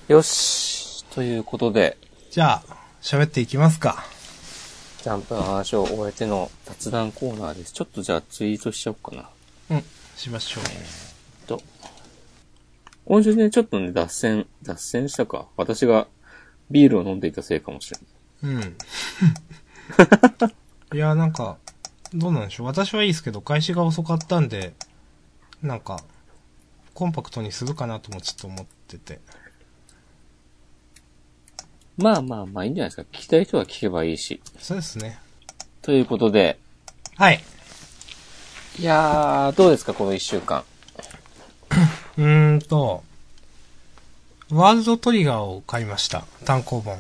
よし。ということで。 じゃあ、喋っていきますか。 ジャンプの話を終えての雑談コーナーです。ちょっとじゃあツイートしちゃおうかな。 うん、しましょう。 今週ね、ちょっとね、脱線したか。私がビールを飲んでいたせいかもしれない。 うん。いや、なんか、どうなんでしょう。私はいいですけど、開始が遅かったんで、なんか、コンパクトにするかなともちょっと思ってて。 まあまあまあいいんじゃないですか。聞きたい人は聞けばいいし。 そうですね。 ということで。 はい。 いやー、どうですか、この一週間。 ワールドトリガーを買いました。単行本。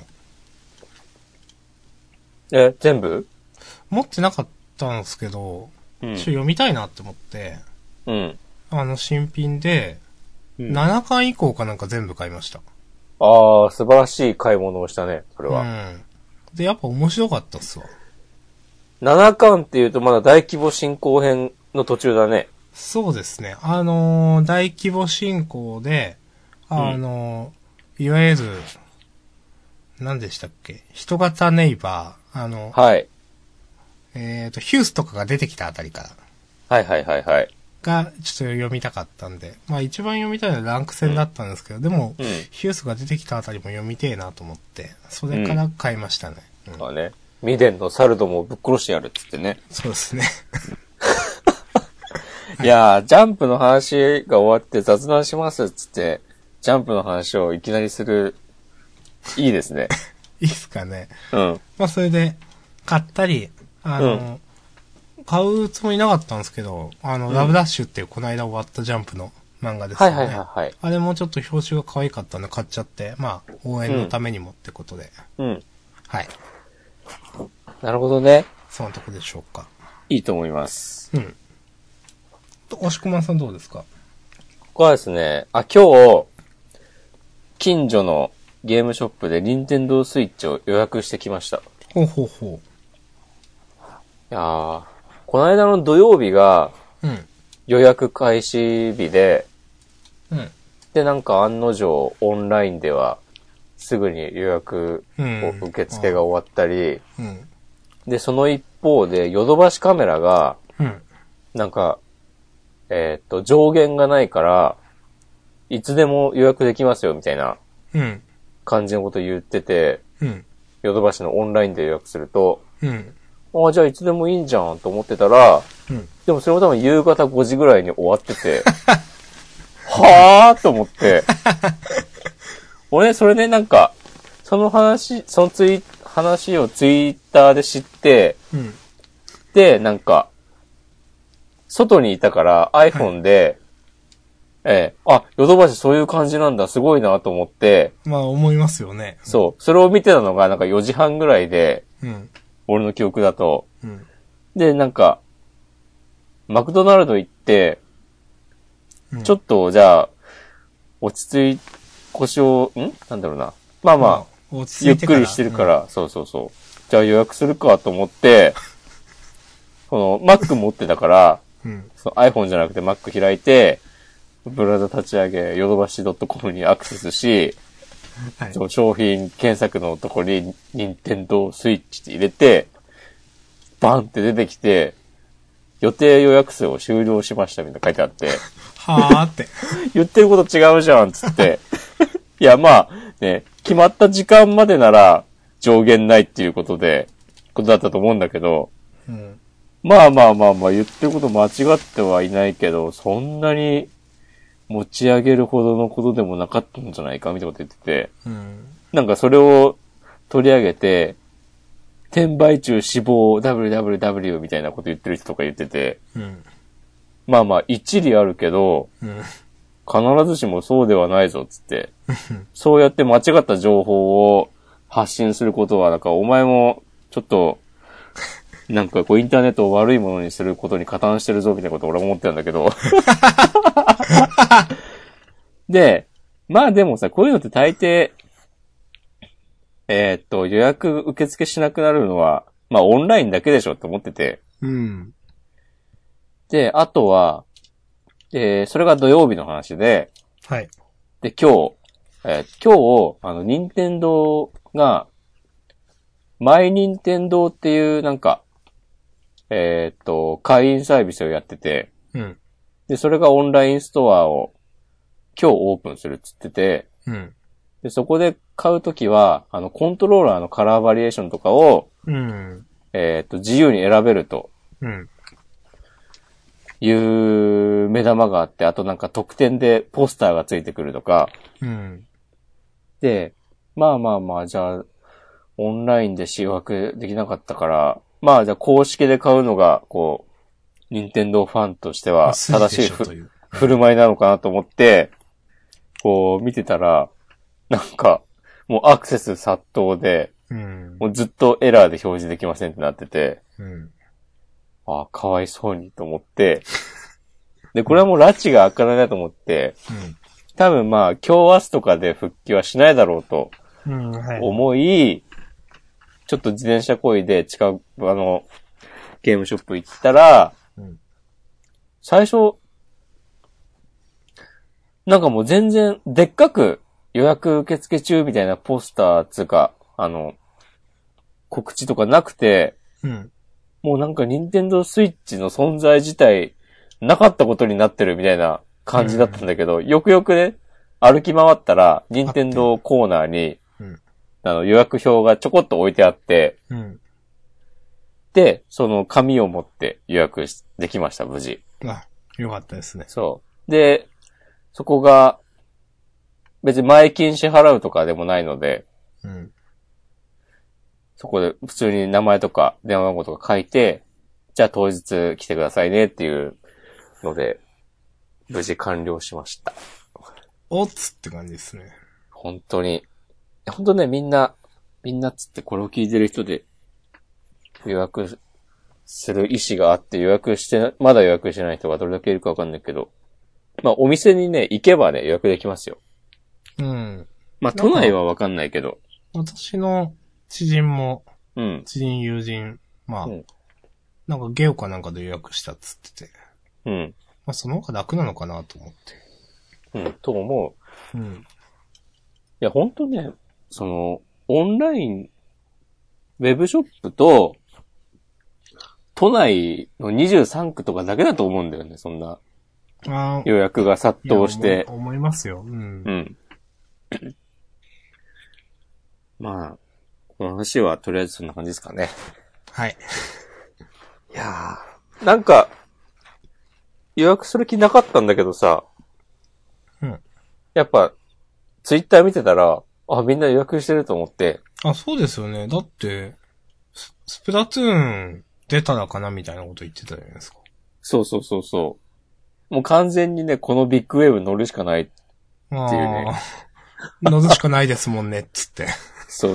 全部？ 持ってなかったんですけど、 うん。 読みたいなって思って、 うん。 新品で、 うん、 7巻以降かなんか全部買いました。 あー、素晴らしい買い物をしたね、それは。 うん。で、やっぱ面白かったっすわ。 7巻っていうとまだ大規模進行編の途中だね。 そうですね。大規模進行で、いわゆる、何でしたっけ？人型ネイバー、 はい。 ヒュースとかが出てきたあたりからはいはいはいはい。 が、ちょっと読みたかったんで、まあ一番読みたいのはランク戦だったんですけど、でも、 うん。 ヒュースが出てきたあたりも読みてえなと思って、それから買いましたね。うん。 そうね。ミデンのサルドもぶっ殺してやるっつってね。 そうですね。 いやー、ジャンプの話が終わって雑談しますっつって、ジャンプの話をいきなりする、いいですね。 いいっすかね。 うん。 まあそれで、買ったり、買うつもりなかったんですけど、ラブダッシュっていうこの間終わったジャンプの漫画ですよね。 はいはいはいはい。 あれもちょっと表紙が可愛かったんで買っちゃって、まあ、応援のためにもってことで。 うん。 はい。 なるほどね。 そのとこでしょうか。 いいと思います。 うん。押し込まんさんどうですか？ ここはですね、今日、近所のゲームショップで任天堂スイッチを予約してきました。 ほうほうほいやー、この間の土曜日がう。うん。 予約開始日で、 うん。 で、なんか案の定オンラインではすぐに予約を受付が終わったり、 うん。 で、その一方でヨドバシカメラが、 うん。 なんか、上限がないから、いつでも予約できますよみたいなうん。 感じのこと言ってて、 うん。 ヨドバシのオンラインで予約すると、 うん。 じゃあいつでもいいんじゃんと思ってたら、 うん。 でもそれも多分夕方5時ぐらいに終わってて、はぁーと思って、俺ね、それね、なんか、その話をツイッターで知って、 うん。 で、なんか、外にいたから iPhone で、ヨドバシそういう感じなんだ、すごいなと思って、 まあ思いますよね。 そう、それを見てたのがなんか4時半ぐらいで、 うん。 俺の記憶だと。 うん。 で、なんか、マクドナルド行って、 うん、 ちょっと、じゃあ、落ち着い、腰を、なんだろうな。まあまあ、 落ち着ゆっいてからくりしてるから、そうそうそう。じゃあ予約するかと思って、この Mac 持ってたから、 うん。 その iPhone じゃなくて Mac 開いて、ブラウザ立ち上げ、ヨドバシ .com にアクセスし、 はい。 その商品検索のとこに、任天堂スイッチって入れて、バンって出てきて、予定予約数を終了しましたみたいな書いてあって、 はーって。 言ってること違うじゃん、つって。いや、まあ、ね、決まった時間までなら上限ないっていうことだったと思うんだけど、 うん。 まあまあまあまあ、言ってること間違ってはいないけど、そんなに持ち上げるほどのことでもなかったんじゃないかみたいなこと言ってて、 うん。 なんかそれを取り上げて、転売中死亡 WWW みたいなこと言ってる人とか言ってて、 うん。 まあまあ一理あるけど、 うん。 必ずしもそうではないぞっつって、そうやって間違った情報を発信することは、なんかお前もちょっと、なんかこうインターネットを悪いものにすることに加担してるぞみたいなことを俺は思ってたんだけど。で、まあでもさ、こういうのって大抵、予約受付しなくなるのは、まあオンラインだけでしょって思ってて。 うん。 で、あとは、それが土曜日の話で、 はい。 で、今日、 今日、任天堂が、マイ任天堂っていうなんか、会員サービスをやってて、 うん。 で、それがオンラインストアを今日オープンするっつってて、 うん。 で、そこで買うときは、コントローラーのカラーバリエーションとかを、 うん。 自由に選べるとうん。 いう目玉があって、あとなんか特典でポスターがついてくるとか、 うん。 で、まあ、じゃあ、オンラインで予約できなかったから、まあじゃあ公式で買うのが、こう、任天堂ファンとしては正しい振る舞いなのかなと思って、こう見てたら、なんか、もうアクセス殺到で、 うん。 もうずっとエラーで表示できませんってなってて、 うん。 ああ、かわいそうにと思って、で、これはもう拉致が開かないなと思って、多分まあ、今日明日とかで復帰はしないだろうと思い、ちょっと自転車こいで近く、ゲームショップ行ったら、最初、なんかもう全然、でっかく予約受付中みたいなポスターつうか、告知とかなくて、もうなんか任天堂スイッチの存在自体なかったことになってるみたいな感じだったんだけど、よくよくね、歩き回ったら、任天堂コーナーに、予約表がちょこっと置いてあって、で、その紙を持って予約できました、無事。 あ、よかったですね。 そう。で、そこが、別に前金支払うとかでもないので、そこで普通に名前とか電話番号とか書いて、じゃあ当日来てくださいねっていうので、無事完了しました。 おつって感じですね。 本当に。本当ね、みんなつってこれを聞いてる人で予約する意思があってまだ予約してない人がどれだけいるかわかんないけど、まあお店にね、行けばね、予約できますよ。まあ都内はわかんないけど。 私の知人も、知人友人、まあ、なんかゲオかなんかで予約したっつってて。まあその方が楽なのかなと思って。 と思う。いや、ほんとね、オンライン、ウェブショップと、都内の23区とかだけだと思うんだよね、そんな。予約が殺到して。 思いますよ。 まあ、この話はとりあえずそんな感じですかね。 はい。 いやー、なんか、予約する気なかったんだけどさ、やっぱ、ツイッター見てたら、あ、みんな予約してると思って。 あ、そうですよね。だって、スプラトゥーン出たらかなみたいなこと言ってたじゃないですか。 そう。もう完全にね、このビッグウェーブ乗るしかないっていうね。 乗るしかないですもんね、つって。 そう。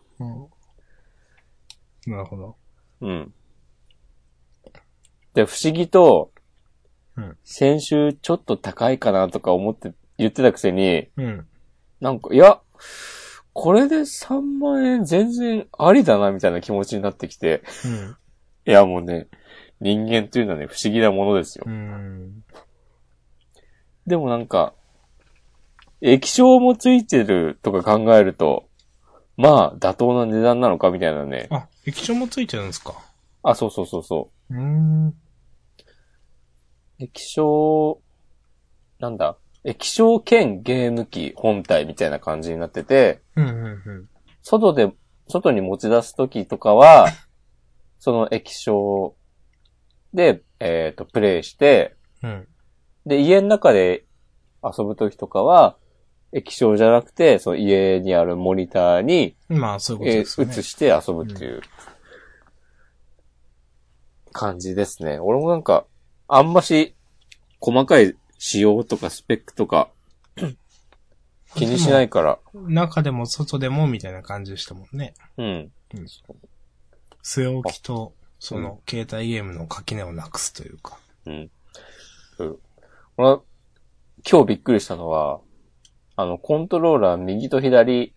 なるほど。 で、不思議と、先週ちょっと高いかなとか言ってたくせに、なんか、いや、これで3万円全然ありだなみたいな気持ちになってきて、いやもうね、人間というのはね、不思議なものですよ。でもなんか、液晶もついてるとか考えると、まあ、妥当な値段なのかみたいなね。 あ、液晶もついてるんですか？ あ、そう。液晶、なんだ、液晶兼ゲーム機本体みたいな感じになってて、外に持ち出すときとかは、その液晶で、プレイして、で、家の中で遊ぶときとかは、液晶じゃなくて、その家にあるモニターに、 まあ、そういうことですね。 映して遊ぶっていう感じですね。俺もなんか、あんまし細かい仕様とかスペックとか気にしないから。 中でも外でもみたいな感じでしたもんね。据え置きと、その、携帯ゲームの垣根をなくすというか。 俺は今日びっくりしたのは、コントローラー右と左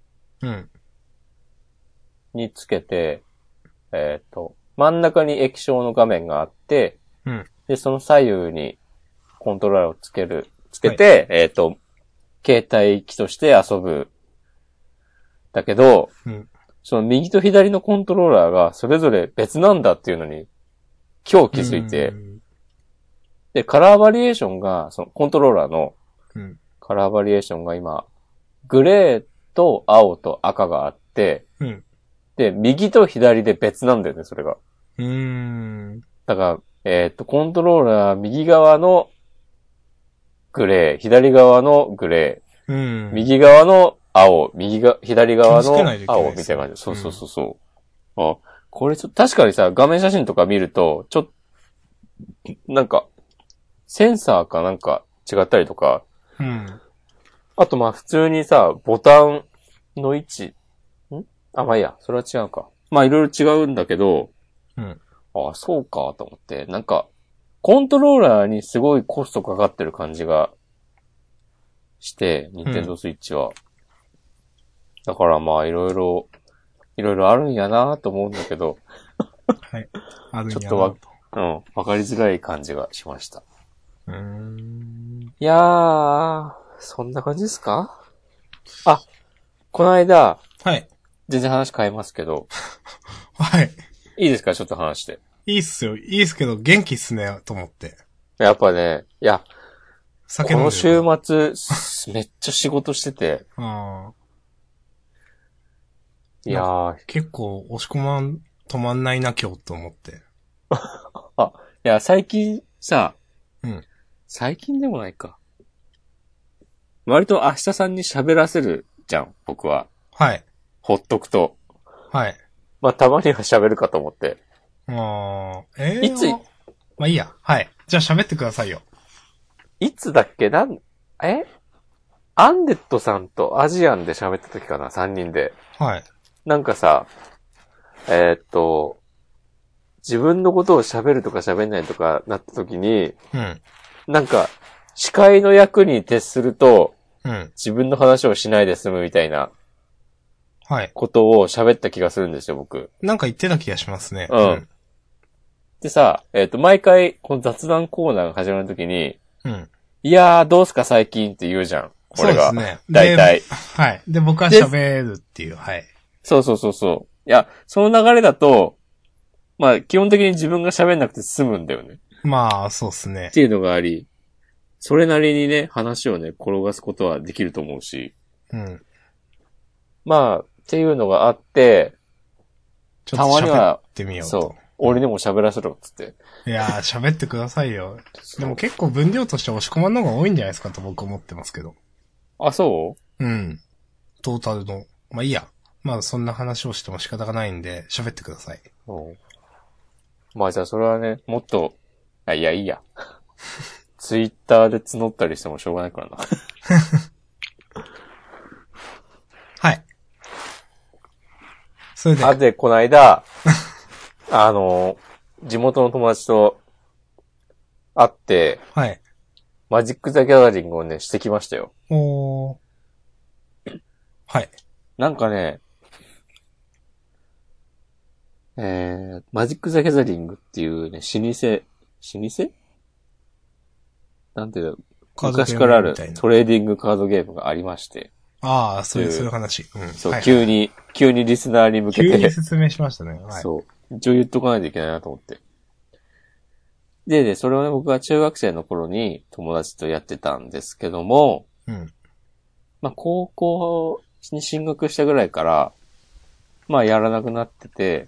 につけて、真ん中に液晶の画面があって、で、その左右にコントローラーをつけて、 携帯機として遊ぶ。だけど、その右と左のコントローラーがそれぞれ別なんだっていうのに今日気づいて、で、カラーバリエーションが、そのコントローラーのカラーバリエーションが今、グレーと青と赤があって、で、右と左で別なんだよね、それが。だから、コントローラー右側のグレー、左側のグレー、右側の青、左側の青みたいな感じ。そうそう。あ、これ確かにさ、画面写真とか見ると、なんか、センサーかなんか違ったりとか、あと普通にさ、ボタンの位置、まあいいや、それは違うか。いろいろ違うんだけど、あ、そうか、と思って、なんか、コントローラーにすごいコストかかってる感じがして、ニンテンドースイッチは。だからいろいろあるんやなと思うんだけど、 はい。あるんやなと。 ちょっとわかりづらい感じがしました。いやー、そんな感じですか？あ、この間、 はい。 全然話変えますけど。 はい。 いいですか？ちょっと話して。 いいっすよ。いいっすけど、元気っすね、と思って。 やっぱね、いや、この週末、めっちゃ仕事してて。いやー。 結構、押し込まん、止まんないな、今日、と思って。 いや、最近さ、最近でもないか。割と明日さんに喋らせるじゃん、僕は。 はい。 ほっとくと。 はい。 たまには喋るかと思って。 いついいや。はい。じゃあ喋ってくださいよ。 いつだっけアンデッドさんとアジアンで喋った時かな、3人で。 はい。 なんかさ、自分のことを喋るとか喋んないとかなった時に、なんか、司会の役に徹すると、自分の話をしないで済むみたいな、ことを喋った気がするんですよ、僕。 なんか言ってた気がしますね。 でさ、毎回、この雑談コーナーが始まる時に、いやー、どうすか最近って言うじゃん。俺が。そうですね。大体。 はい。で、僕は喋るっていう、はい。 そう。いや、その流れだと、基本的に自分が喋んなくて済むんだよね。 そうですね。 っていうのがあり、それなりにね、話をね、転がすことはできると思うし。っていうのがあって、たまには、そう、俺にも喋らせろ、つって。 いやー、喋ってくださいよ。でも結構分量として押し込まんの方が多いんじゃないですかと僕思ってますけど。 あ、そう？ トータルの。いいや。そんな話をしても仕方がないんで、喋ってください。 じゃあそれはね、もっと、いや、いいや。ツイッターで募ったりしてもしょうがないからな。 はい。それで。 で、この間、地元の友達と会って、 はい。 マジック・ザ・ギャザリングをね、してきましたよ。 はい。 なんかね、マジック・ザ・ギャザリングっていうね、老舗なんていうの、昔からあるトレーディングカードゲームがありまして。 そういう話。 そう、急にリスナーに向けて。 急に説明しましたね。はい。 そう。一応言っとかないといけないなと思って。で、それをね、僕が中学生の頃に友達とやってたんですけども、高校に進学したぐらいから、やらなくなってて、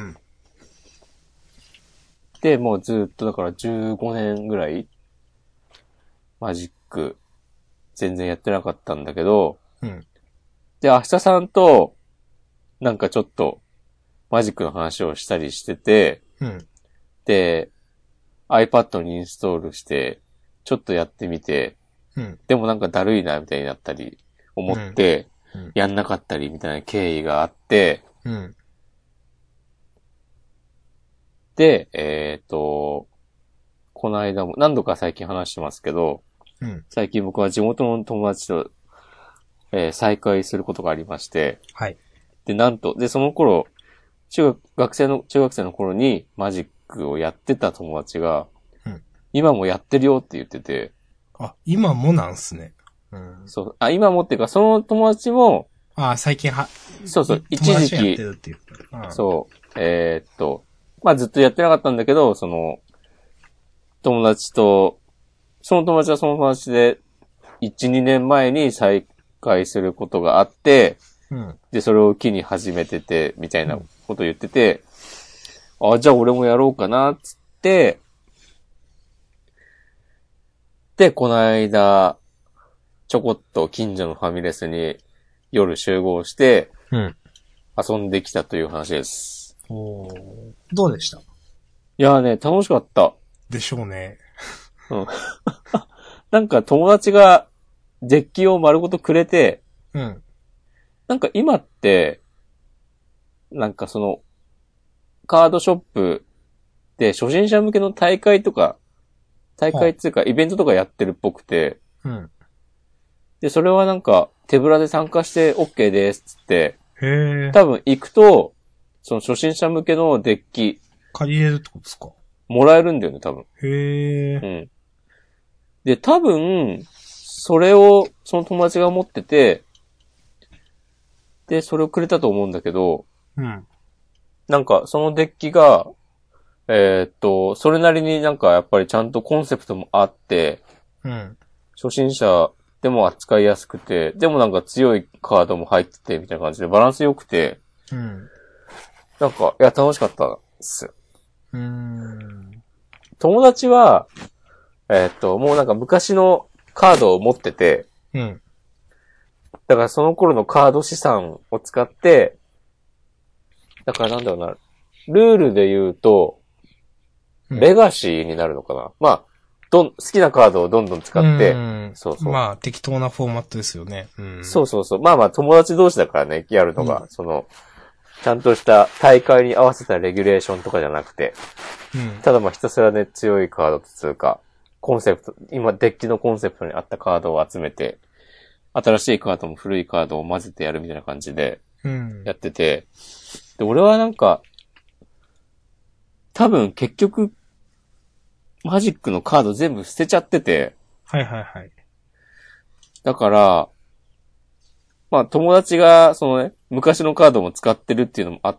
で、もうずっとだから15年ぐらい、マジック、全然やってなかったんだけど、で、明日さんと、なんかちょっと、マジックの話をしたりしてて、で、iPad にインストールして、ちょっとやってみて、でもなんかだるいな、みたいになったり、思って、やんなかったり、みたいな経緯があって、で、この間も、何度か最近話してますけど、最近僕は地元の友達と、再会することがありまして、で、なんと、で、その頃、中学生の頃にマジックをやってた友達が、今もやってるよって言ってて。 今もなんすね。 うん。 そう。あ、今もっていうか、その友達も、 最近そうそう、一時期、 やってるっていう、 そう、まあずっとやってなかったんだけど、その友達はその友達で、1、2年前に再会することがあって、 うん、 で、それを機に始めてて、みたいなことを言ってて、じゃあ俺もやろうかな、つって、で、この間、ちょこっと近所のファミレスに夜集合して、遊んできたという話です。 どうでした？いやーね、楽しかった。 でしょうね。 うん。なんか友達がデッキを丸ごとくれて、 うん。 なんか今って、なんかその、カードショップで初心者向けの大会っていうかイベントとかやってるっぽくて、 うん。 で、それはなんか手ぶらで参加して OK ですって、 多分行くと、その初心者向けのデッキ、 借りれるってことですか？ もらえるんだよね、多分。 うん。 で、多分、それをその友達が持ってて、で、それをくれたと思うんだけど、 うん。 なんかそのデッキが、それなりになんかやっぱりちゃんとコンセプトもあって、 うん。 初心者でも扱いやすくて、でもなんか強いカードも入ってて、みたいな感じでバランス良くて、 うん。 なんか、いや、楽しかったっす。友達は、もうなんか昔のカードを持ってて、 うん。 だからその頃のカード資産を使って、だからなんだろうな、ルールで言うと、レガシーになるのかな。まあ、好きなカードをどんどん使って、 そうそう。まあ、適当なフォーマットですよね。 そうそうそう。まあまあ、友達同士だからね、やるのが、ちゃんとした大会に合わせたレギュレーションとかじゃなくて、ただまあひたすらね、強いカードとつうか、コンセプト、今デッキのコンセプトに合ったカードを集めて、新しいカードも古いカードを混ぜてやるみたいな感じで、やってて、で、俺はなんか、多分結局、マジックのカード全部捨てちゃってて、 はいはいはい。 だから、まあ友達がそのね、昔のカードも使ってるっていうのもあって、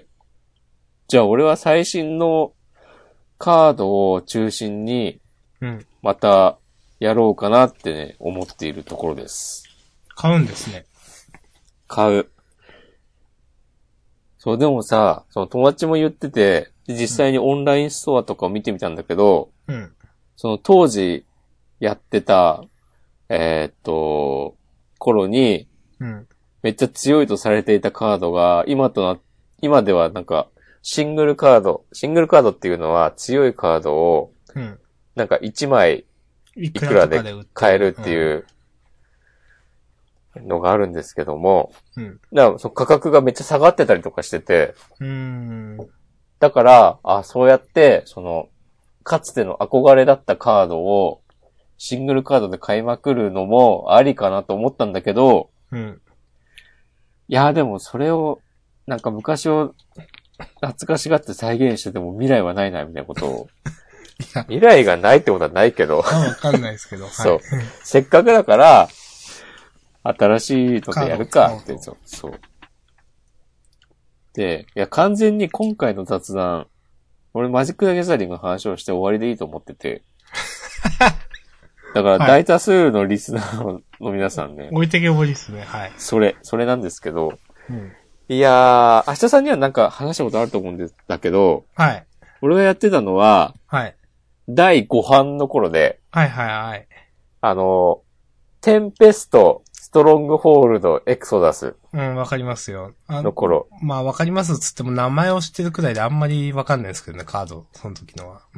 じゃあ俺は最新のカードを中心に、またやろうかなってね、思っているところです。 買うんですね。 買う。そう、でもさ、その友達も言ってて、実際にオンラインストアとかを見てみたんだけど、その当時やってた、頃に、めっちゃ強いとされていたカードが、今ではなんか、シングルカードっていうのは強いカードを、なんか1枚いくらで買えるっていうのがあるんですけども、だからその価格がめっちゃ下がってたりとかしてて、だから、そうやって、かつての憧れだったカードをシングルカードで買いまくるのもありかなと思ったんだけど、いや、でもそれを、なんか昔を懐かしがって再現してても未来はないな、みたいなことを。未来がないってことはないけど。 わかんないですけど。 そう。せっかくだから、新しいのでやるかって、そう。で、いや、完全に今回の雑談、俺マジック・ザ・ギャザリングの話をして終わりでいいと思ってて。だから大多数のリスナーの皆さんね。 置いてけぼりっすね、はい。 それなんですけど。いやー、明日さんにはなんか話したことあると思うんだけど。 はい。 俺がやってたのは、 はい。 第5版の頃で。 はいはいはい。 テンペスト、ストロングホールド、エクソダス。 わかりますよ。 の頃。 まあわかりますっつっても名前を知ってるくらいであんまりわかんないですけどね、カード、その時のは。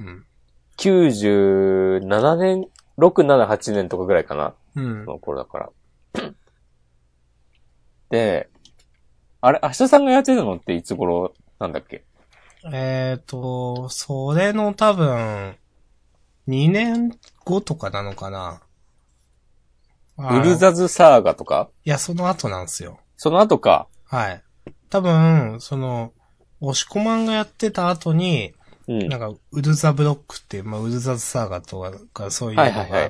97年、6、7、8年とかぐらいかな。その頃だから。で、あれ、明日さんがやってたのっていつ頃なんだっけ？ それの多分、2年後とかなのかな。 ウルザズサーガとか？ いや、その後なんですよ。 その後か。 はい。多分、押し込まんがやってた後に、 なんか、ウルザブロックっていう、まあ、ウルザサーガとかそういうのがあって、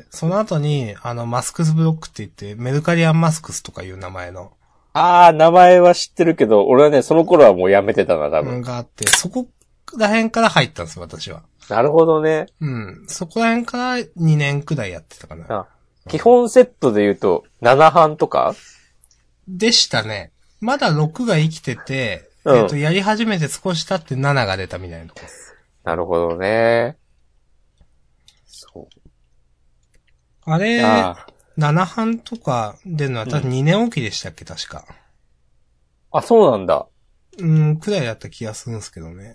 その後に、マスクスブロックって言って、メルカリアンマスクスとかいう名前の。 名前は知ってるけど、俺はね、その頃はもうやめてたな、多分。 があって、そこら辺から入ったんですよ、私は。 なるほどね。 そこら辺から2年くらいやってたかな。 基本セットで言うと、7班とかでしたね。まだ6が生きてて、やり始めて少し経って7が出たみたいなとこです。 なるほどね。そう。 あれ、7班とか出るのは多分2年おきでしたっけ、確か。 そうなんだ。 くらいだった気がするんですけどね。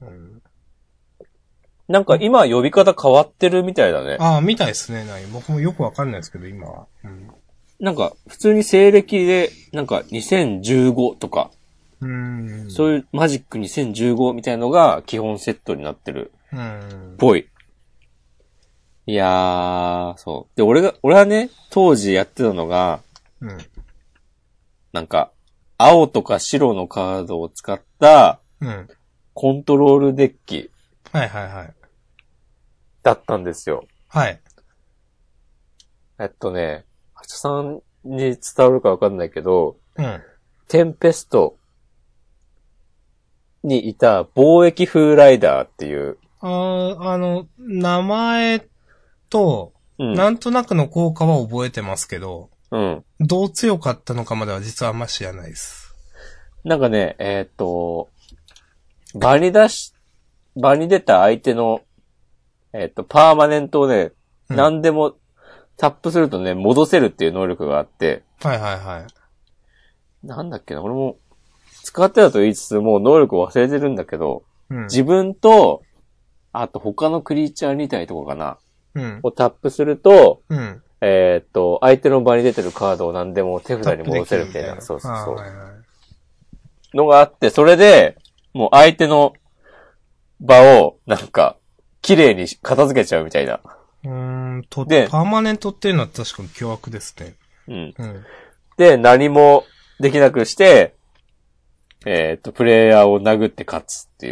なんか今呼び方変わってるみたいだね。 みたいですね。僕もよくわかんないですけど、今は。 なんか、普通に西暦で、なんか2015とか、そういうマジック2015みたいのが基本セットになってる。ぽい。いやー、そう。で、俺はね、当時やってたのが、なんか、青とか白のカードを使った、コントロールデッキ。 はいはいはい。 だったんですよ。 はい。 橋さんに伝わるかわかんないけど、テンペストにいた貿易風ライダーっていう。 名前と、なんとなくの効果は覚えてますけど、どう強かったのかまでは実はあんま知らないです。 なんかね、場に出た相手の、パーマネントをね、何でもタップするとね、戻せるっていう能力があって。 はいはいはい。 なんだっけな、俺も使ってたと言いつつもう能力を忘れてるんだけど、自分と、あと他のクリーチャー2体とかかな、をタップすると、相手の場に出てるカードを何でも手札に戻せるみたいな、そうそうそう。のがあって、それで、もう相手の場を、なんか、綺麗に片付けちゃうみたいな。 で、パーマネントっていうのは確かに凶悪ですね。 で、何もできなくして、プレイヤーを殴って勝つっていう。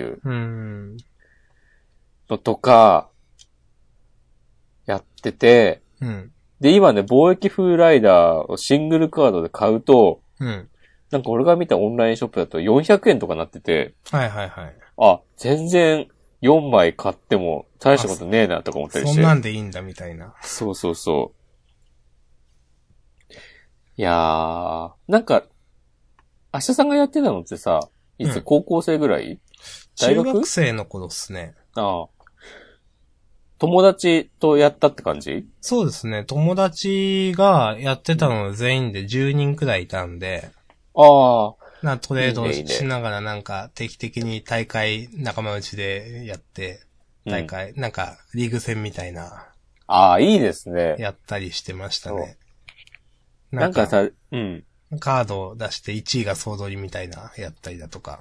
のとか、やってて、で、今ね、貿易風ライダーをシングルカードで買うと、なんか俺が見たオンラインショップだと400円とかなってて、 はいはいはい。 全然4枚買っても大したことねえなとか思ったりして。 そんなんでいいんだみたいな。 そうそうそう。いやー、なんか、明日さんがやってたのってさ、いつ高校生ぐらい？ 大学？中学生の頃っすね。 友達とやったって感じ？ そうですね。友達がやってたの全員で10人くらいいたんで、トレードしながらなんか定期的に大会仲間内でやって、なんかリーグ戦みたいな。 いいですね。 やったりしてましたね。 なんかさ、 カードを出して1位が総取りみたいなやったりだとか。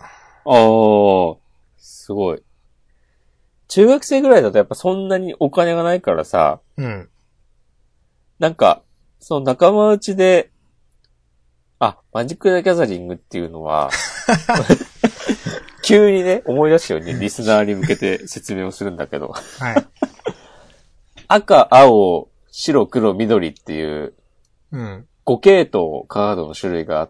すごい。中学生ぐらいだとやっぱそんなにお金がないからさ、なんか、その仲間内で、マジック・ザ・ギャザリングっていうのは、急にね、思い出すようにリスナーに向けて説明をするんだけど、赤、青、白、黒、緑っていう、5系統カードの種類があって、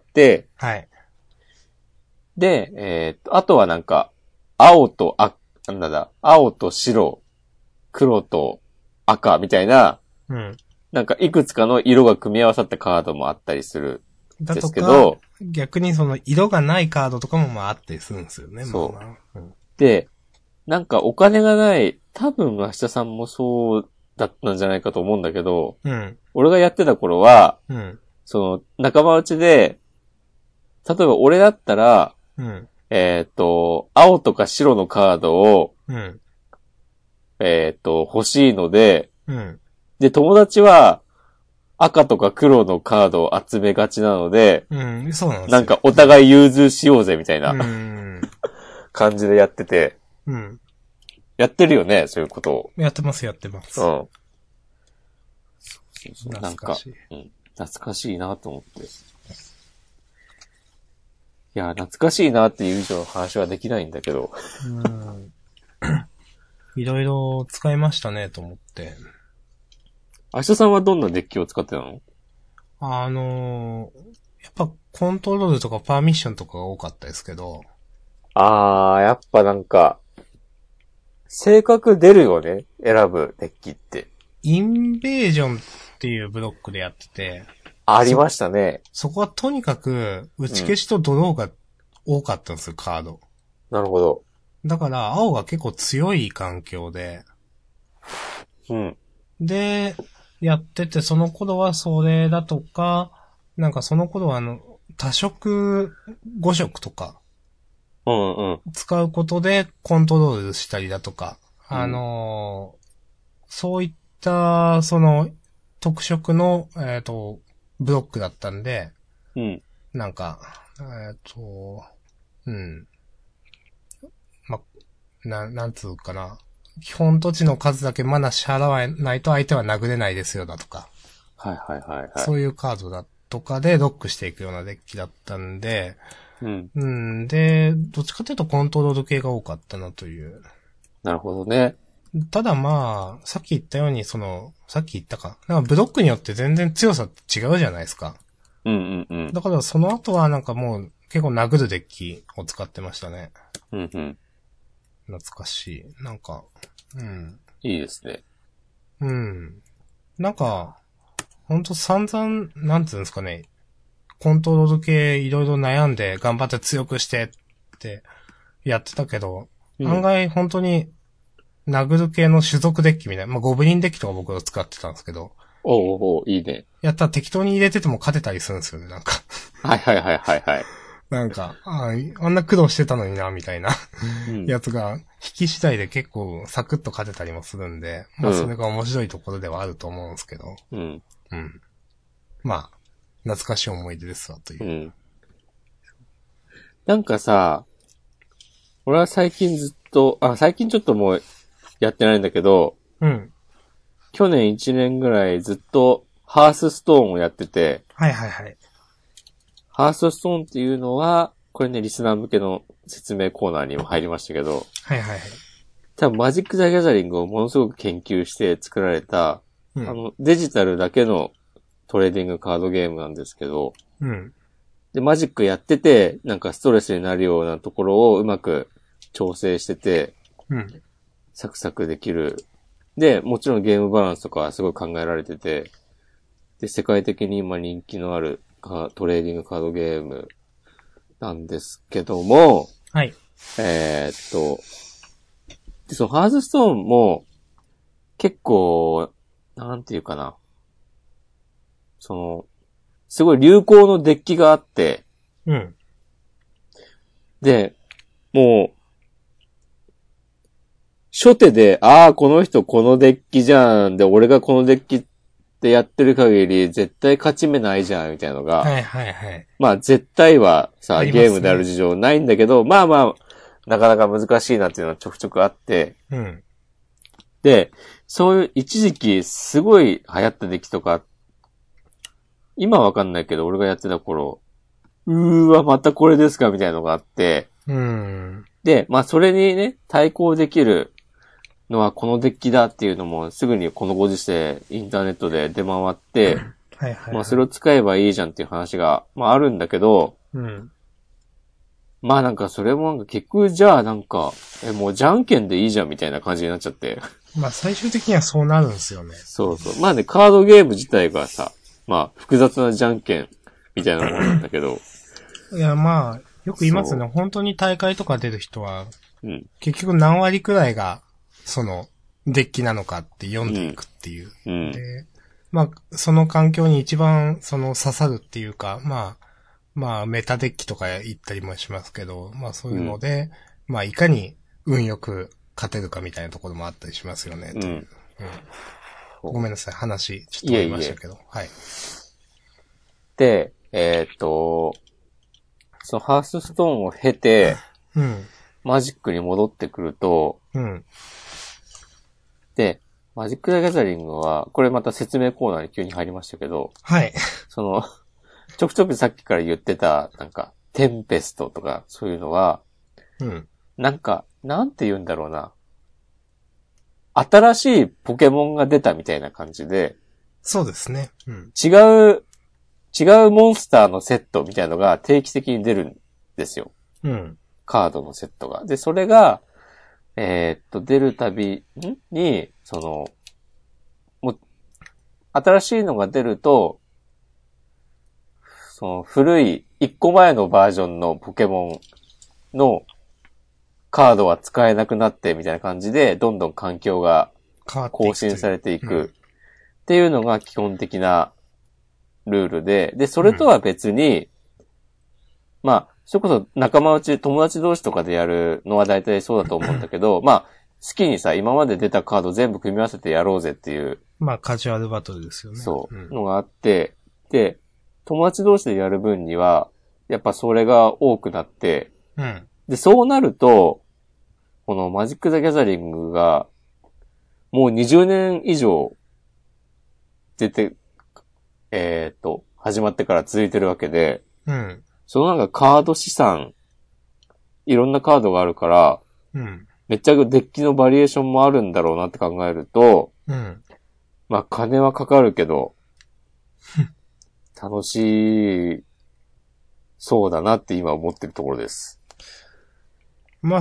で、あとはなんか、青と白、黒と赤みたいな、なんかいくつかの色が組み合わさったカードもあったりするんですけど、 逆にその色がないカードとかもあったりするんですよね。 そう。で、なんかお金がない、多分明日さんもそうだったんじゃないかと思うんだけど、俺がやってた頃は、その仲間内で、例えば俺だったら、青とか白のカードを、欲しいので、で、友達は赤とか黒のカードを集めがちなので、 そうなんですよ。 なんかお互い融通しようぜみたいな感じでやってて、やってるよね、そういうことを。 やってます。 なんか、懐かしいなと思って。いや、懐かしいなっていう以上の話はできないんだけど。 いろいろ使いましたね、と思って。 明日さんはどんなデッキを使ってたの？ やっぱコントロールとかパーミッションとかが多かったですけど。 やっぱなんか、性格出るよね、選ぶデッキって。 インベージョンっていうブロックでやってて。 ありましたね。 そこはとにかく、打ち消しとドローが多かったんですよ、カード。 なるほど。 だから、青が結構強い環境で。 うん。 で、やってて、その頃はそれだとか、なんかその頃は多色5色とか、 うんうん。 使うことでコントロールしたりだとか、そういった、特色の、ブロックだったんで、 うん。 なんか、うん。なんつうかな。基本土地の数だけマナ支払わないと相手は殴れないですよだとか。 はいはいはいはい。 そういうカードだとかでロックしていくようなデッキだったんで、 うん。 うん。で、どっちかというとコントロール系が多かったなという。 なるほどね。 ただまあ、さっき言ったように、さっき言ったか。なんかブロックによって全然強さって違うじゃないですか。 うんうんうん。 だからその後はなんかもう結構殴るデッキを使ってましたね。 うんうん。 懐かしい。なんか、うん。 いいですね。 うん。なんか、ほんと散々、なんつうんですかね。コントロール系いろいろ悩んで頑張って強くしてってやってたけど、案外本当に殴る系の種族デッキみたいな、まあ、ゴブリンデッキとか僕は使ってたんですけど。 おう、いいね。 やったら適当に入れてても勝てたりするんですよね、なんか。 はいはいはいはいはい。 なんか、あんな苦労してたのにな、みたいなやつが、引き次第で結構サクッと勝てたりもするんで、まあそれが面白いところではあると思うんですけど。 うん。 うん。まあ、懐かしい思い出ですわ、という。 うん。なんかさ、俺は最近ずっと、最近ちょっともうやってないんだけど、 うん。 去年1年ぐらいずっとハースストーンをやってて、 はいはいはい。 ハースストーンっていうのは、これね、リスナー向けの説明コーナーにも入りましたけど、 はいはいはい。 多分マジック・ザ・ギャザリングをものすごく研究して作られた、 うん、 デジタルだけのトレーディングカードゲームなんですけど、 うん。 で、マジックやってて、なんかストレスになるようなところをうまく調整してて、 うん。 サクサクできる。で、もちろんゲームバランスとかはすごい考えられてて、で、世界的に今人気のあるトレーディングカードゲームなんですけども、 はい。 で、そのハースストーンも結構、なんていうかな。すごい流行のデッキがあって、 うん。 で、もう、初手で、この人このデッキじゃん。で、俺がこのデッキってやってる限り、絶対勝ち目ないじゃん、みたいなのが。 はいはいはい。 まあ、絶対はさ、 ね、 ゲームである事情ないんだけど、まあまあ、なかなか難しいなっていうのはちょくちょくあって。 うん。 で、そういう一時期すごい流行ったデッキとか、今わかんないけど、俺がやってた頃、またこれですかみたいなのがあって。 うん。 で、まあそれにね、対抗できるのはこのデッキだっていうのもすぐにこのご時世インターネットで出回って、 はいはいはい、 まあそれを使えばいいじゃんっていう話が、まああるんだけど、 うん。 まあなんかそれもなんか結局じゃあなんか、もうじゃんけんでいいじゃんみたいな感じになっちゃって。 まあ最終的にはそうなるんですよね。 そうそう。まあね、カードゲーム自体がさ、まあ複雑なじゃんけんみたいなもんなんだけど。 いやまあ、よく言いますね。本当に大会とか出る人は、 うん、 結局何割くらいが、デッキなのかって読んでいくっていう。 うん。 で、まあ、その環境に一番、刺さるっていうか、まあ、メタデッキとか言ったりもしますけど、まあそういうので、まあいかに運よく勝てるかみたいなところもあったりしますよね、という。ごめんなさい、話、ちょっと終わりましたけど。はい。 で、そのハースストーンを経て、 うん。 マジックに戻ってくると、 うん。 で、マジック・ザ・ギャザリングは、これまた説明コーナーに急に入りましたけど、 はい。 ちょくちょくさっきから言ってた、なんか、テンペストとか、そういうのは、 うん。 なんか、なんて言うんだろうな。 新しいポケモンが出たみたいな感じで、 そうですね。うん、 違うモンスターのセットみたいなのが定期的に出るんですよ。 うん。 カードのセットが。で、それが、出るたびに、もう、新しいのが出ると、その古い、一個前のバージョンのポケモンのカードは使えなくなってみたいな感じで、どんどん環境が更新されていくっていうのが基本的なルールで、で、それとは別に、まあ、それこそ仲間内、友達同士とかでやるのは大体そうだと思うんだけど、まあ、好きにさ、今まで出たカード全部組み合わせてやろうぜっていう。 まあ、カジュアルバトルですよね。 そう、のがあって、で、友達同士でやる分には、やっぱそれが多くなって、 うん。 で、そうなると、このマジック・ザ・ギャザリングが、もう20年以上、出て、始まってから続いてるわけで、 うん。 そのなんかカード資産、いろんなカードがあるから、 うん。 めっちゃデッキのバリエーションもあるんだろうなって考えると、 うん。 まあ金はかかるけど、楽しい、そうだなって今思ってるところです。 まあ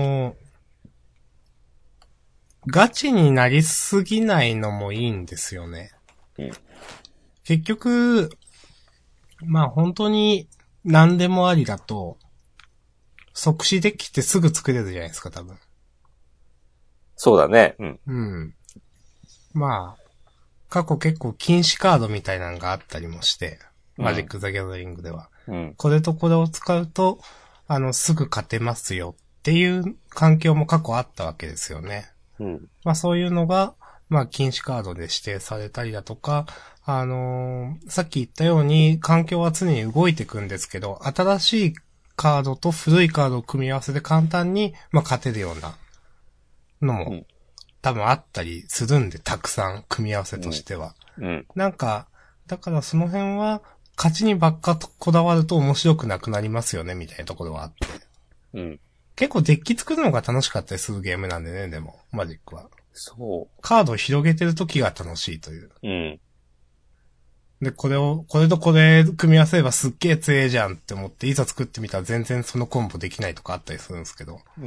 ガチになりすぎないのもいいんですよね。 うん、 結局、まあ本当に何でもありだと、即死デッキってすぐ作れるじゃないですか、多分。 そうだね。うん。 うん。まあ、過去結構禁止カードみたいなのがあったりもして、マジック・ザ・ギャザリングでは。 うん。 これとこれを使うと、すぐ勝てますよっていう環境も過去あったわけですよね。 うん。 まあそういうのが、まあ禁止カードで指定されたりだとか、さっき言ったように環境は常に動いていくんですけど、新しいカードと古いカードを組み合わせて簡単に、まあ勝てるようなのも、多分あったりするんで、たくさん組み合わせとしては。 うん。 なんか、だからその辺は、勝ちにばっかこだわると面白くなくなりますよね、みたいなところはあって。 うん。 結構デッキ作るのが楽しかったりするゲームなんでね、でも、マジックは。 そう。 カードを広げてる時が楽しいという。 うん。 で、これとこれ組み合わせればすっげえ強えじゃんって思って、いざ作ってみたら全然そのコンボできないとかあったりするんですけど。 うん。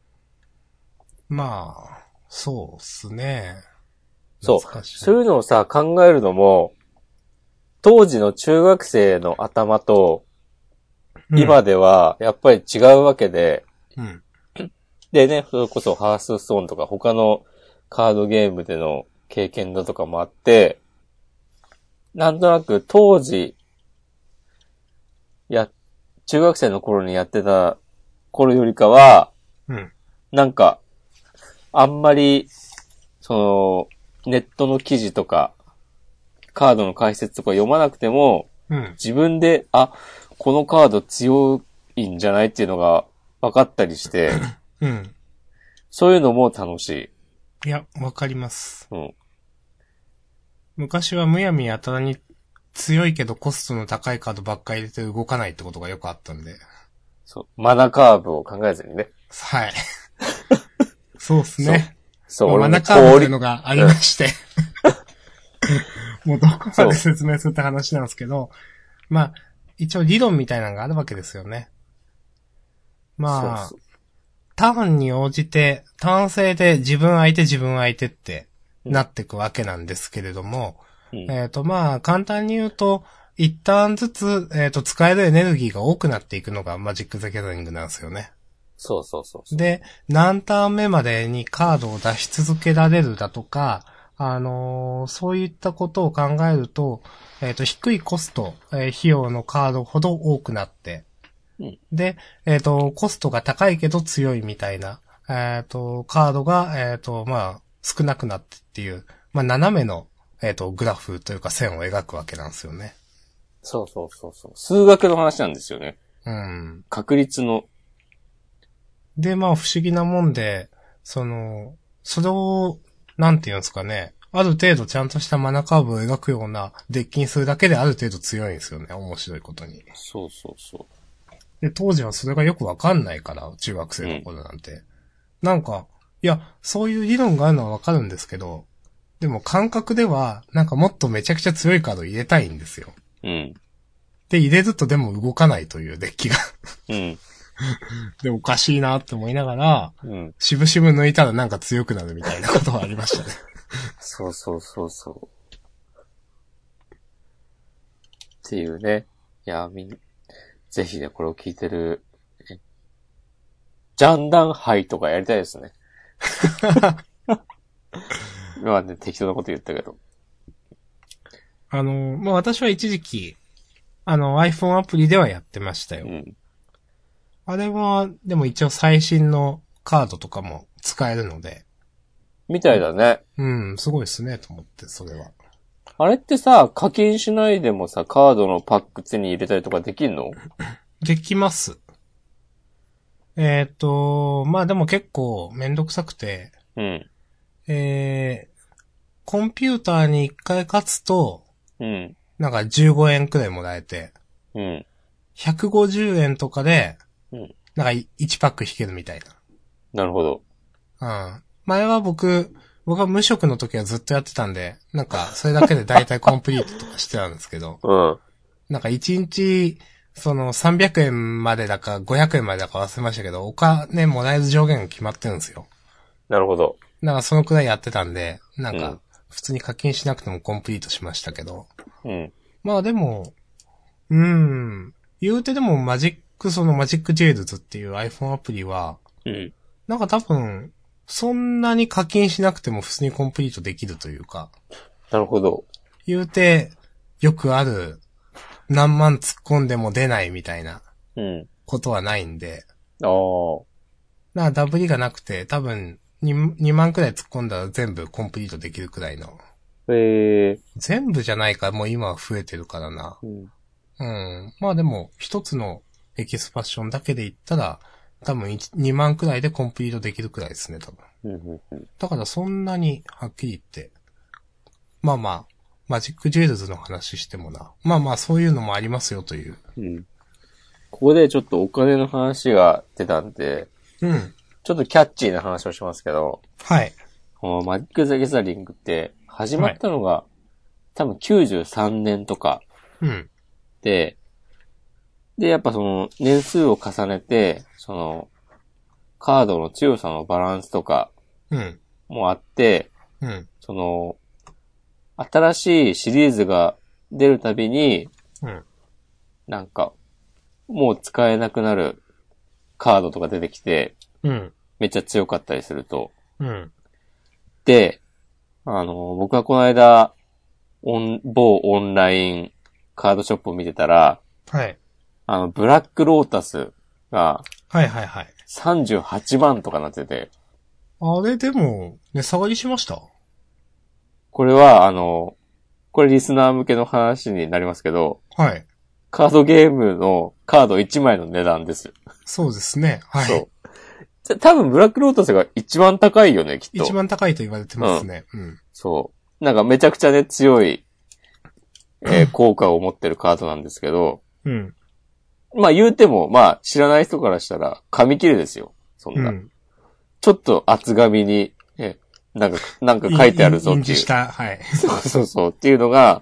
まあ、そうっすね。 そう。そういうのをさ、考えるのも、当時の中学生の頭と、今ではやっぱり違うわけで、 うん。 でね、それこそハースストーンとか他のカードゲームでの経験だとかもあって、なんとなく当時、中学生の頃にやってた頃よりかは、 うん。 なんか、あんまり、ネットの記事とか、カードの解説とか読まなくても、 うん、 自分で、このカード強いんじゃないっていうのが分かったりして、 うん。 そういうのも楽しい。いや、わかります。 うん。 昔はむやみやたらに強いけどコストの高いカードばっかり入れて動かないってことがよくあったんで。 そう。マナカーブを考えずにね。 はい。そうっすね。 そう。 マナカーブというのがありまして。もうどこまで説明するって話なんですけど、まあ、一応理論みたいなのがあるわけですよね。まあ、ターンに応じて、単性で自分相手ってなっていくわけなんですけれども、まあ、簡単に言うと、一ターンずつ、使えるエネルギーが多くなっていくのがマジック・ザ・ギャザリングなんですよね。 そう。 で、何ターン目までにカードを出し続けられるだとか、そういったことを考えると、低いコスト、費用のカードほど多くなって、で、コストが高いけど強いみたいな、カードが、まあ、少なくなってっていう、まあ、斜めの、グラフというか線を描くわけなんですよね。 そう。数学の話なんですよね。 うん。 確率の。 で、まあ、不思議なもんで、それを、なんていうんですかね。ある程度ちゃんとしたマナカーブを描くようなデッキにするだけである程度強いんですよね。面白いことに。 そう。 で、当時はそれがよくわかんないから、中学生の頃なんて。なんか、 いや、そういう理論があるのはわかるんですけど、でも感覚では、なんかもっとめちゃくちゃ強いカード入れたいんですよ。 うん。 で、入れるとでも動かないというデッキが。 うん。 で、おかしいなって思いながら、 うん。 渋々抜いたらなんか強くなるみたいなことはありましたね。 そうそうそうそう。っていうね。いや、ぜひね、これを聞いてる、ジャンダンハイとかやりたいですね。今はね、適当なこと言ったけど。 まあ、私は一時期、iPhone アプリではやってましたよ。 うん。 あれは、でも一応最新のカードとかも使えるので。 みたいだね。 うん、すごいですね、と思って、それは。 あれってさ、課金しないでもさ、カードのパック手に入れたりとかできんの？ できます。まあでも結構めんどくさくて、 うん。 コンピューターに一回勝つと、 うん。 なんか15円くらいもらえて、 うん。 150円とかで、 うん。 なんか1パック引けるみたいなるほど。 な。うん。前は僕は無職の時はずっとやってたんで、なんかそれだけで大体コンプリートとかしてたんですけど、 うん。 なんか1日、その300円までだか500円までだか忘れましたけど、お金もらえる上限が決まってるんですよ。 なるほど。 なんかそのくらいやってたんで、なんかうん普通に課金しなくてもコンプリートしましたけど。 うん。 まあでも、言うてでもマジックジェイルズっていう iPhone アプリは、 うん。 なんか多分、そんなに課金しなくても普通にコンプリートできるというか。 なるほど。 言うて、よくある、何万突っ込んでも出ないみたいな、ことはないんで。 ああ。 なんかダブりがなくて、多分2万くらい突っ込んだら全部コンプリートできるくらいの。全部じゃないか、もう今は増えてるからな。うん。まあでも、一つのエキスパッションだけで言ったら、多分2万くらいでコンプリートできるくらいですね、多分。だからそんなに、はっきり言って。まあまあ、マジックジュエルズの話してもな。まあまあ、そういうのもありますよという。 うん。ここでちょっとお金の話が出たんで、 うん。 ちょっとキャッチーな話をしますけど、 はい。 このマジック・ザ・ギャザリングって始まったのが、多分93年とかで、やっぱその年数を重ねて、そのカードの強さのバランスとかもあって、その新しいシリーズが出るたびに、なんかもう使えなくなるカードとか出てきて、めっちゃ強かったりすると。で、僕はこの間、某オンラインカードショップを見てたら、 はい。 ブラックロータスが、38万とかなってて。 あれでも、値下がりしました？ これは、これリスナー向けの話になりますけど、 はい。 カードゲームのカード1枚の値段です。 そうですね。はい。 そう。多分ブラックロータスが一番高いよね、きっと。 一番高いと言われてますね。 そう。なんかめちゃくちゃね、強い、効果を持ってるカードなんですけど、まあ言うても、まあ知らない人からしたら紙切れですよ。そんな。ちょっと厚紙に、なんか書いてあるぞっていう。 印字した、はい。 そうっていうのが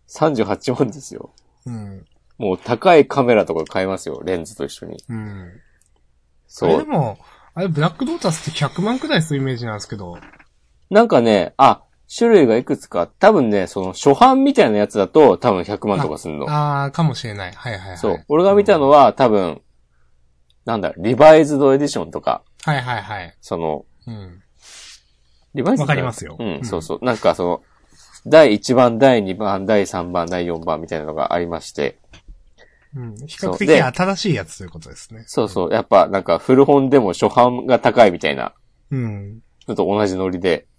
38万ですよ。もう高いカメラとか買いますよ、レンズと一緒に。 そう。でも、あれブラックロータスって100万くらいするイメージなんですけど。 なんかね、種類がいくつか、多分ね、その初版みたいなやつだと多分100万とかすんの。 かもしれない。はい。 そう。俺が見たのは多分、リバイズドエディションとか。 はい。 その、 リバイズドわかりますよ。 そう。なんかその、第1番、第2番、第3番、第4番みたいなのがありまして。 比較的新しいやつということですね。 そう。やっぱなんか古本でも初版が高いみたいな。のと同じノリで。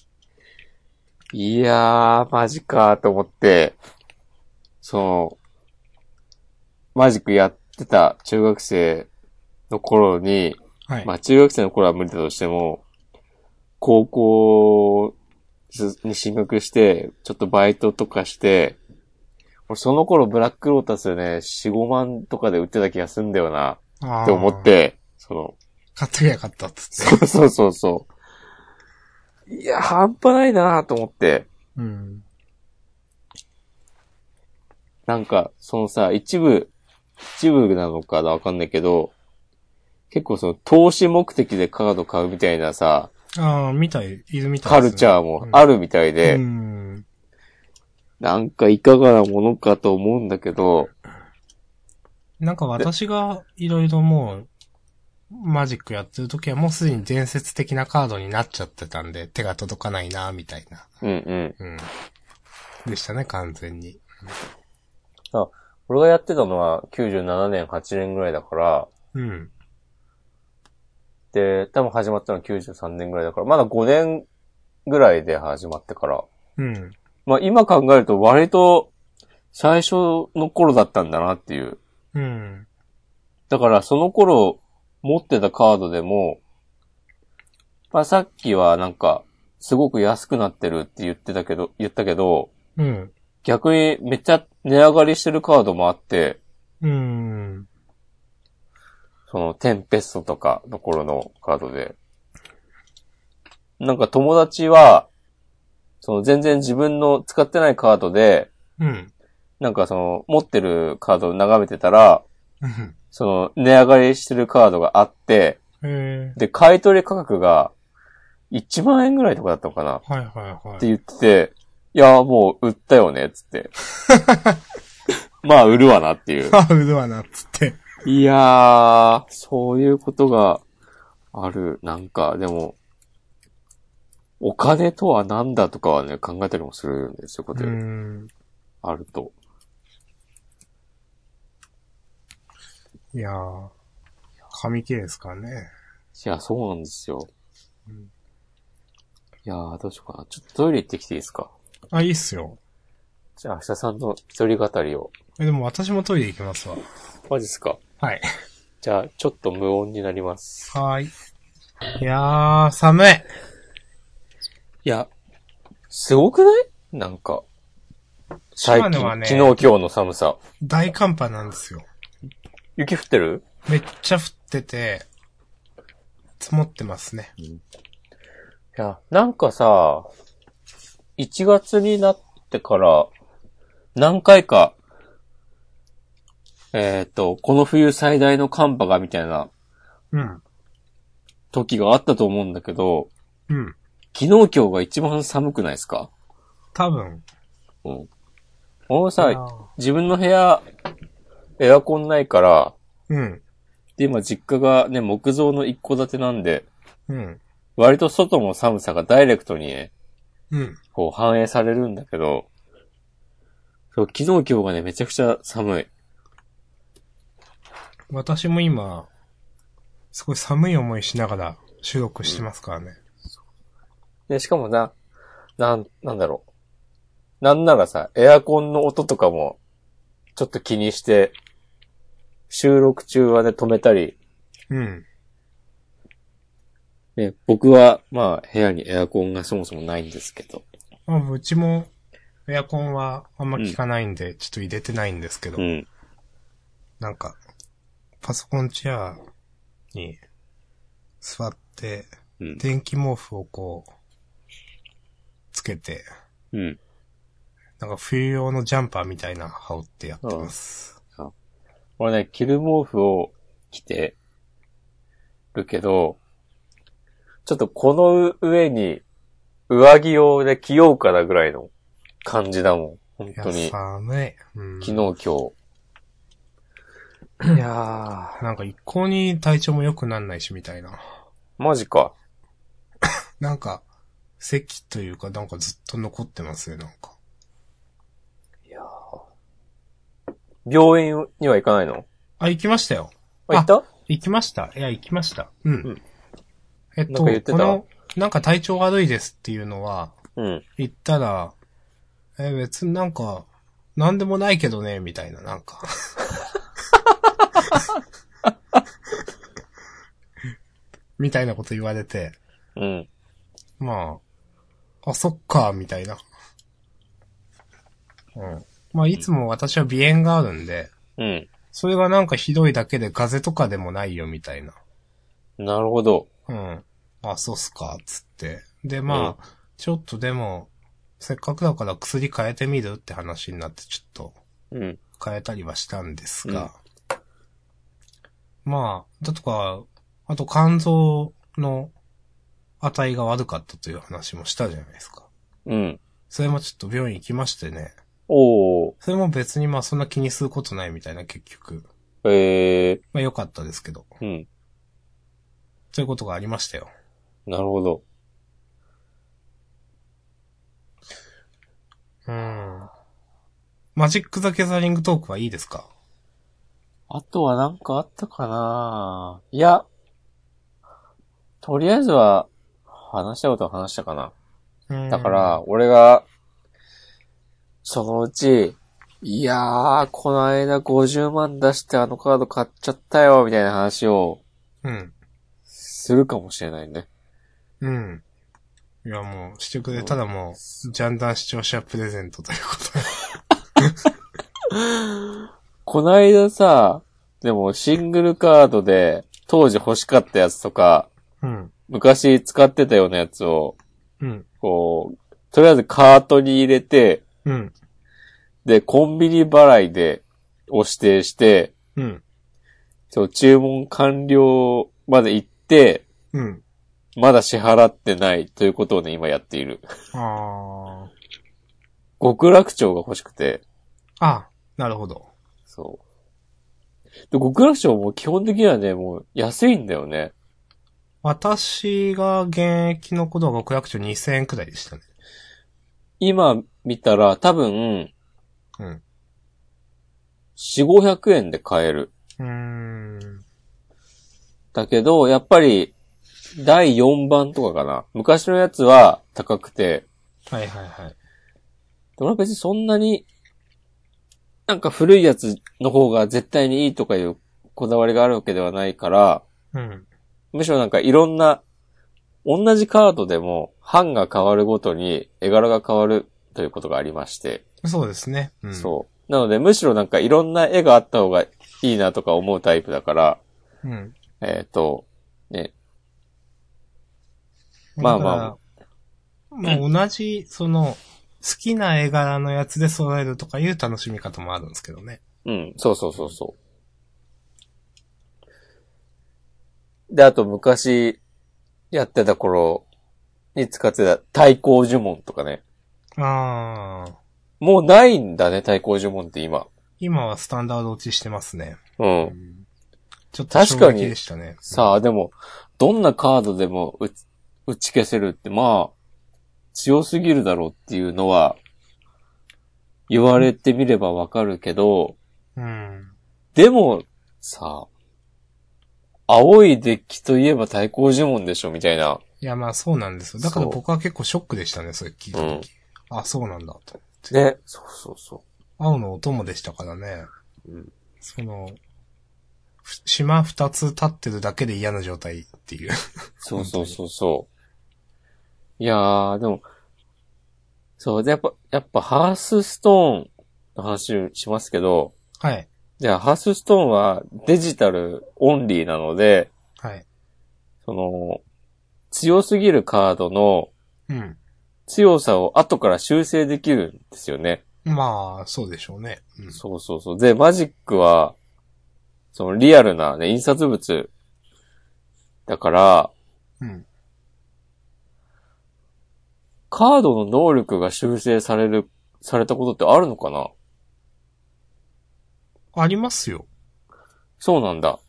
いやー、マジかーと思って、マジックやってた中学生の頃に、まあ中学生の頃は無理だとしても、高校に進学して、ちょっとバイトとかして、俺その頃ブラックロータスね、4、5万とかで売ってた気がするんだよな、って思って、 買ってりゃ買ったっつって。 そう。 いや、半端ないなと思って。 うん。 なんか、そのさ、一部なのかわかんないけど、結構その投資目的でカード買うみたいなさ、 ああ、いるみたいですね。 カルチャーもあるみたいで、なんかいかがなものかと思うんだけど、 なんか私がいろいろもう、マジックやってる時はもうすでに伝説的なカードになっちゃってたんで、手が届かないなみたいな。 うん。 でしたね、完全に。 あ、俺がやってたのは97年、8年ぐらいだから、 うん。 で、多分始まったのは93年ぐらいだから、まだ5年ぐらいで始まってから。 うん。 まあ今考えると割と最初の頃だったんだなっていう。 うん。 だからその頃持ってたカードでも、まあさっきはなんかすごく安くなってるって言ったけど、 うん。 逆にめっちゃ値上がりしてるカードもあって、そのテンペストとかの頃のカードで。なんか友達は、その全然自分の使ってないカードで、なんかその持ってるカードを眺めてたら、その値上がりしてるカードがあって、で、買い取り価格が1万円ぐらいとかだったのかな、って言ってて、いや、もう売ったよね、つって。まあ売るわなっていう。 まあ売るわな、つって。 いやー、そういうことがある。なんか、でも、お金とは何だとかはね、考えたりもするんですよ、ことあると。 いやー、紙切れですからね。 いや、そうなんですよ。いやー、どうしようかな。ちょっとトイレ行ってきていいですか？ あ、いいっすよ。 じゃあ、明日さんの一人語りを。 でも私もトイレ行きますわ。 マジっすか？ はい。 じゃあ、ちょっと無音になります。 はい。いやー、寒い。 いや、すごくない？なんか。最近、はね、昨日今日の寒さ。 大寒波なんですよ。 雪降ってる？ めっちゃ降ってて、積もってますね。 いや、なんかさ、1月になってから、何回か、この冬最大の寒波がみたいな、時があったと思うんだけど、昨日今日が一番寒くないですか？ 多分。 俺さ、自分の部屋、エアコンないから、で、今実家がね、木造の一戸建てなんで、割と外の寒さがダイレクトにね、こう反映されるんだけど、そう、昨日今日がね、めちゃくちゃ寒い。 私も今、すごい寒い思いしながら収録してますからね。 で、しかもなんだろう。なんならさ、エアコンの音とかも、ちょっと気にして、収録中はね、止めたり。ね、僕は、まあ、部屋にエアコンがそもそもないんですけど。 まあ、うちも、エアコンはあんま効かないんで、ちょっと入れてないんですけど。なんか、パソコンチェアに座って、電気毛布をこう、つけて、なんか冬用のジャンパーみたいな羽織ってやってます。 俺ね、着る毛布を着てるけど、ちょっとこの上に上着をね、着ようかなぐらいの感じだもん。本当に。 寒い。 昨日今日。いやー。なんか一向に体調も良くなんないしみたいな。 マジか。 なんか、咳というかなんかずっと残ってますね、なんか。 いやー。病院には行かないの？ あ、行きましたよ。 行った？ 行きました。いや、行きました。 なんか言ってた？ この、なんか体調悪いですっていうのは、言ったら、別になんか、なんでもないけどね、みたいな、なんか。みたいなこと言われて。まあ、あ、そっか、みたいな。まあ、いつも私は鼻炎があるんで、それがなんかひどいだけで風邪とかでもないよ、みたいな。 なるほど。 あ、そうっすか、つって。 で、まあ、ちょっとでも、せっかくだから薬変えてみるって話になってちょっと、変えたりはしたんですが、まあ、だとか、あと肝臓の値が悪かったという話もしたじゃないですか。 うん。 それもちょっと病院行きましてね。 おー。 それも別にまあそんな気にすることないみたいな結局。まあ良かったですけど。 うん。 そういうことがありましたよ。 なるほど。 マジック・ザ・ギャザリングトークはいいですか？ あとはなんかあったかないや、とりあえずは、話したことは話したかな。だから、俺が、そのうち、いやー、この間50万出してあのカード買っちゃったよ、みたいな話を、するかもしれないね。 いやもう、してくれたらもう、ジャンダン視聴者プレゼントということで。 この間さ、でもシングルカードで、当時欲しかったやつとか、昔使ってたようなやつを、こう、とりあえずカートに入れて、で、コンビニ払いで、を指定して、注文完了まで行って、まだ支払ってないということをね、今やっている。極楽鳥が欲しくて。 なるほど。 そう。で、極楽鳥も基本的にはね、もう安いんだよね。 私が現役の頃は極楽鳥2000円くらいでしたね。 今見たら多分、4、500円で買える。だけど、やっぱり、第4番とかかな。昔のやつは高くて。 で俺は別にそんなに、なんか古いやつの方が絶対にいいとかいうこだわりがあるわけではないから、むしろなんかいろんな、同じカードでも版が変わるごとに絵柄が変わるということがありまして。 そうですね。 そう。なのでむしろなんかいろんな絵があった方がいいなとか思うタイプだから、ね。まあまあ。もう同じ、好きな絵柄のやつで揃えるとかいう楽しみ方もあるんですけどね。 そう。で、あと昔やってた頃に使ってた対抗呪文とかね。もうないんだね、対抗呪文って今。 今はスタンダード落ちしてますね。 ちょっと衝撃でしたね。さあ、でも、どんなカードでも打ち消せるって、まあ、強すぎるだろうっていうのは、言われてみればわかるけど、でも、さ、青いデッキといえば対抗呪文でしょ、みたいな。 いや、まあそうなんですよ。だから僕は結構ショックでしたね、それ聞いたとき。そうなんだ、と思って。 ね、そう。 青のお供でしたからね。島2つ立ってるだけで嫌な状態っていう。 そう。いやー、でも、そう、で、やっぱハースストーンの話しますけど、じゃあ、ハースストーンはデジタルオンリーなので、強すぎるカードの、強さを後から修正できるんですよね。 まあ、そうでしょうね。 そう。で、マジックは、リアルなね、印刷物だから、カードの能力が修正されたことってあるのかな？ ありますよ。 そうなんだ。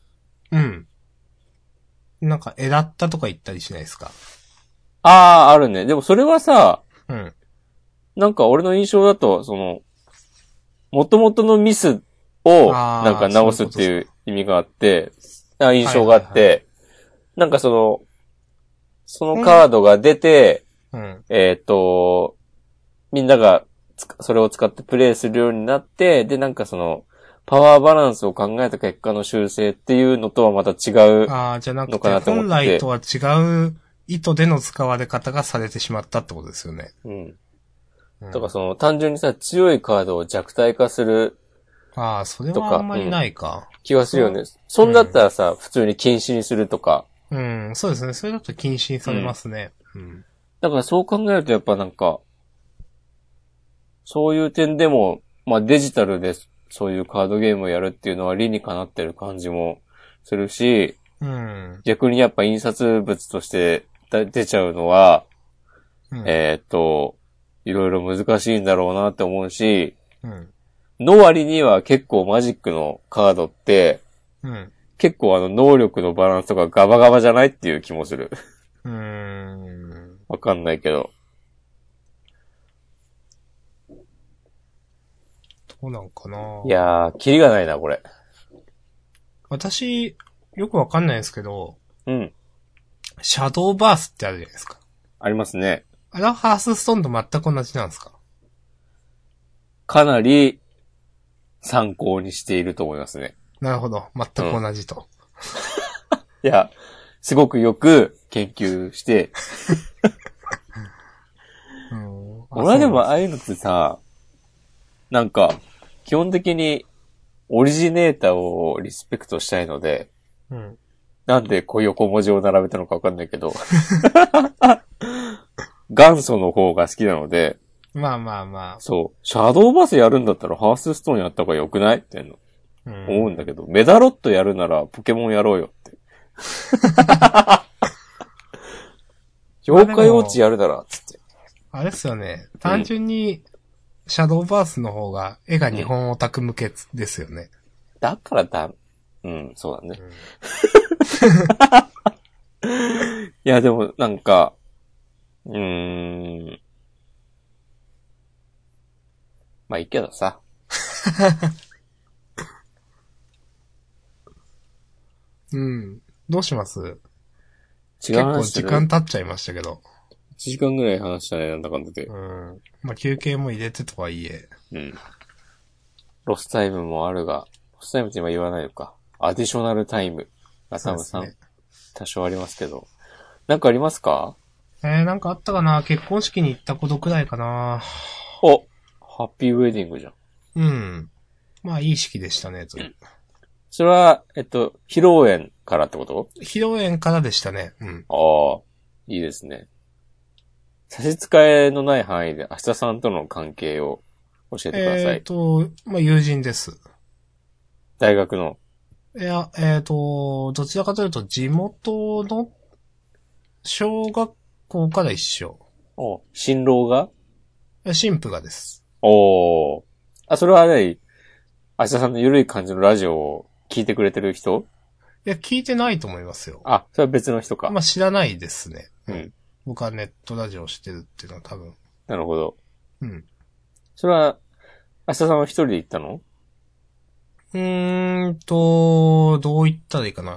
なんか、だったとか言ったりしないですか？ あるね。でもそれはさ、なんか俺の印象だと、元々のミスを、なんか直すっていう意味があって、印象があって、なんかそのカードが出て、みんながそれを使ってプレイするようになって、で、なんかパワーバランスを考えた結果の修正っていうのとはまた違うのかなと思って。 じゃなくて、本来とは違う意図での使われ方がされてしまったってことですよね。 だから単純にさ、強いカードを弱体化するそれはあんまりないか。 気がするよね。そんだったらさ、普通に禁止にするとか。 そうですね。それだと禁止にされますね。 だからそう考えるとやっぱなんか、そういう点でも、まあデジタルでそういうカードゲームをやるっていうのは理にかなってる感じもするし、 うん。 逆にやっぱ印刷物として出ちゃうのは、 うん、 いろいろ難しいんだろうなって思うし、 うん、 の割には結構マジックのカードって、 うん、 結構能力のバランスとかガバガバじゃないっていう気もする。わかんないけど。 どうなんかな。 いやー、キリがないな、これ。 私、よくわかんないですけど、 うん。 シャドーバースってあるじゃないですか。 ありますね。 あれはハースストーンと全く同じなんですか？ かなり参考にしていると思いますね。 なるほど。全く同じと。 いや、すごくよく研究して。俺はでもああいうのってさ、なんか、基本的にオリジネーターをリスペクトしたいので、 うん、 なんでこう横文字を並べたのかわかんないけど、元祖の方が好きなので、 まあまあまあ。 そう。シャドーバスやるんだったらハースストーンやった方が良くないって思うんだけど、メダロットやるならポケモンやろうよって。妖怪ウォッチやるなら、つって。 あれですよね。単純に、シャドーバースの方が絵が日本オタク向けですよね。 だからそうだね。いや、でもなんか、まあいいけどさ。 うん。どうします？ 違う結構時間経っちゃいましたけど。 1時間ぐらい話したね、なんだかんだで。 まあ休憩も入れてとはいえ。 ロスタイムもあるが、ロスタイムって今言わないのか。アディショナルタイムが多分多少ありますけど。なんかありますか？ なんかあったかな？結婚式に行ったことくらいかな。 お、ハッピーウェディングじゃん。 うん。まあいい式でしたね、という。 それは、披露宴からってこと？ 披露宴からでしたね。うん。 ああ、いいですね。差し支えのない範囲で、明日さんとの関係を教えてください。 まあ友人です。 大学の。 いや、どちらかというと地元の小学校から一緒。 新郎が？ 新婦がです。 それは明日さんの緩い感じのラジオを聞いてくれてる人？ いや、聞いてないと思いますよ。 それは別の人か。 まあ、知らないですね。僕はネットラジオをしてるっていうのは多分。 なるほど。それは、明日さんは一人で行ったの？ どう言ったらいいかな。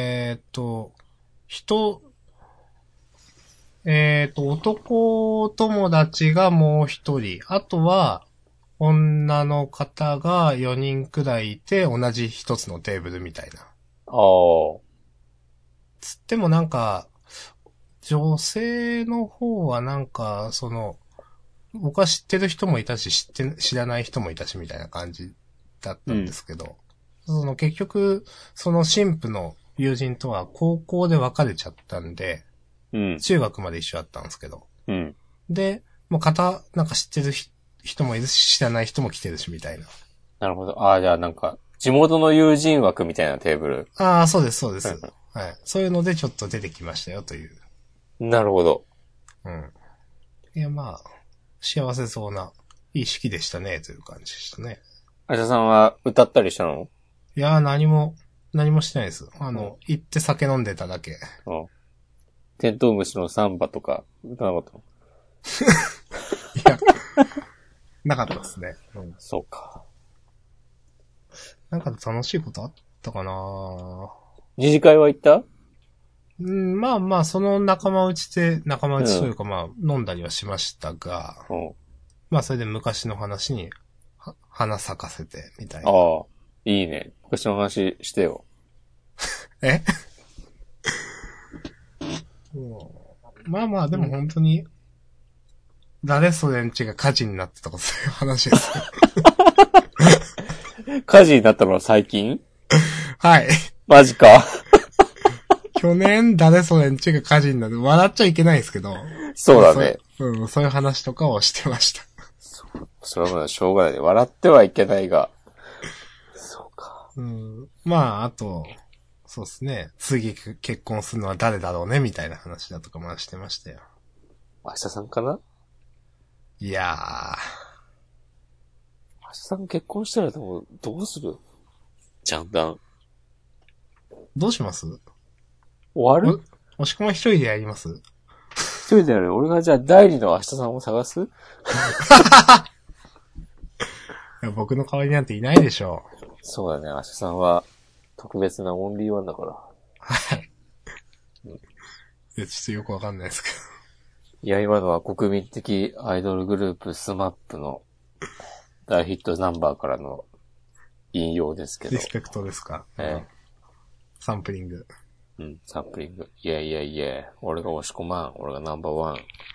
男友達がもう一人。あとは、女の方が4人くらいいて、同じ一つのテーブルみたいな。つってもなんか、女性の方はなんか、僕は知ってる人もいたし、知らない人もいたしみたいな感じだったんですけど、結局、新婦の友人とは高校で別れちゃったんで、中学まで一緒だったんですけど、で、もうなんか知ってる人もいるし、知らない人も来てるしみたいな。 なるほど。じゃあなんか、地元の友人枠みたいなテーブル。 そうです、そうです。はい。そういうのでちょっと出てきましたよという。 なるほど。 いや、まあ、幸せそうな、いい式でしたね、という感じでしたね。 明日さんは歌ったりしたの？ いや、何もしてないです。行って酒飲んでただけ。 テントウムシのサンバとか、歌なかったの？ いや、なかったですね。 そうか。 なんか楽しいことあったかな？ 二次会は行った？ まあまあ、その仲間内というかまあ、飲んだりはしましたが、まあそれで昔の話に、花咲かせて、みたいな。 いいね。昔の話してよ。 まあまあ、でも本当に、誰それんちが火事になってたとかそういう話です。 火事になったのは最近？ はい。 マジか。 去年誰それんちが火事になる。笑っちゃいけないですけど。 そうだね。 そういう話とかをしてました。 それはまだしょうがないね。笑ってはいけないが。そうか。 まあ、あと、そうですね。次結婚するのは誰だろうね、みたいな話だとかもしてましたよ。 明日さんかな？ いや明日さん結婚したらでも、どうする？ジャンダン。 どうします？ 終わる？ もしくは一人でやります？ 一人でやる。俺がじゃあ代理の明日さんを探す？いや僕の代わりなんていないでしょう。 そうだね。明日さんは特別なオンリーワンだから。 はい。いや、ちょっとよくわかんないですけど。 いや、今のは国民的アイドルグループスマップの大ヒットナンバーからの引用ですけど。 リスペクトですか？サンプリング。 サンプリング。いや、俺が押し込まん。俺がナンバーワン。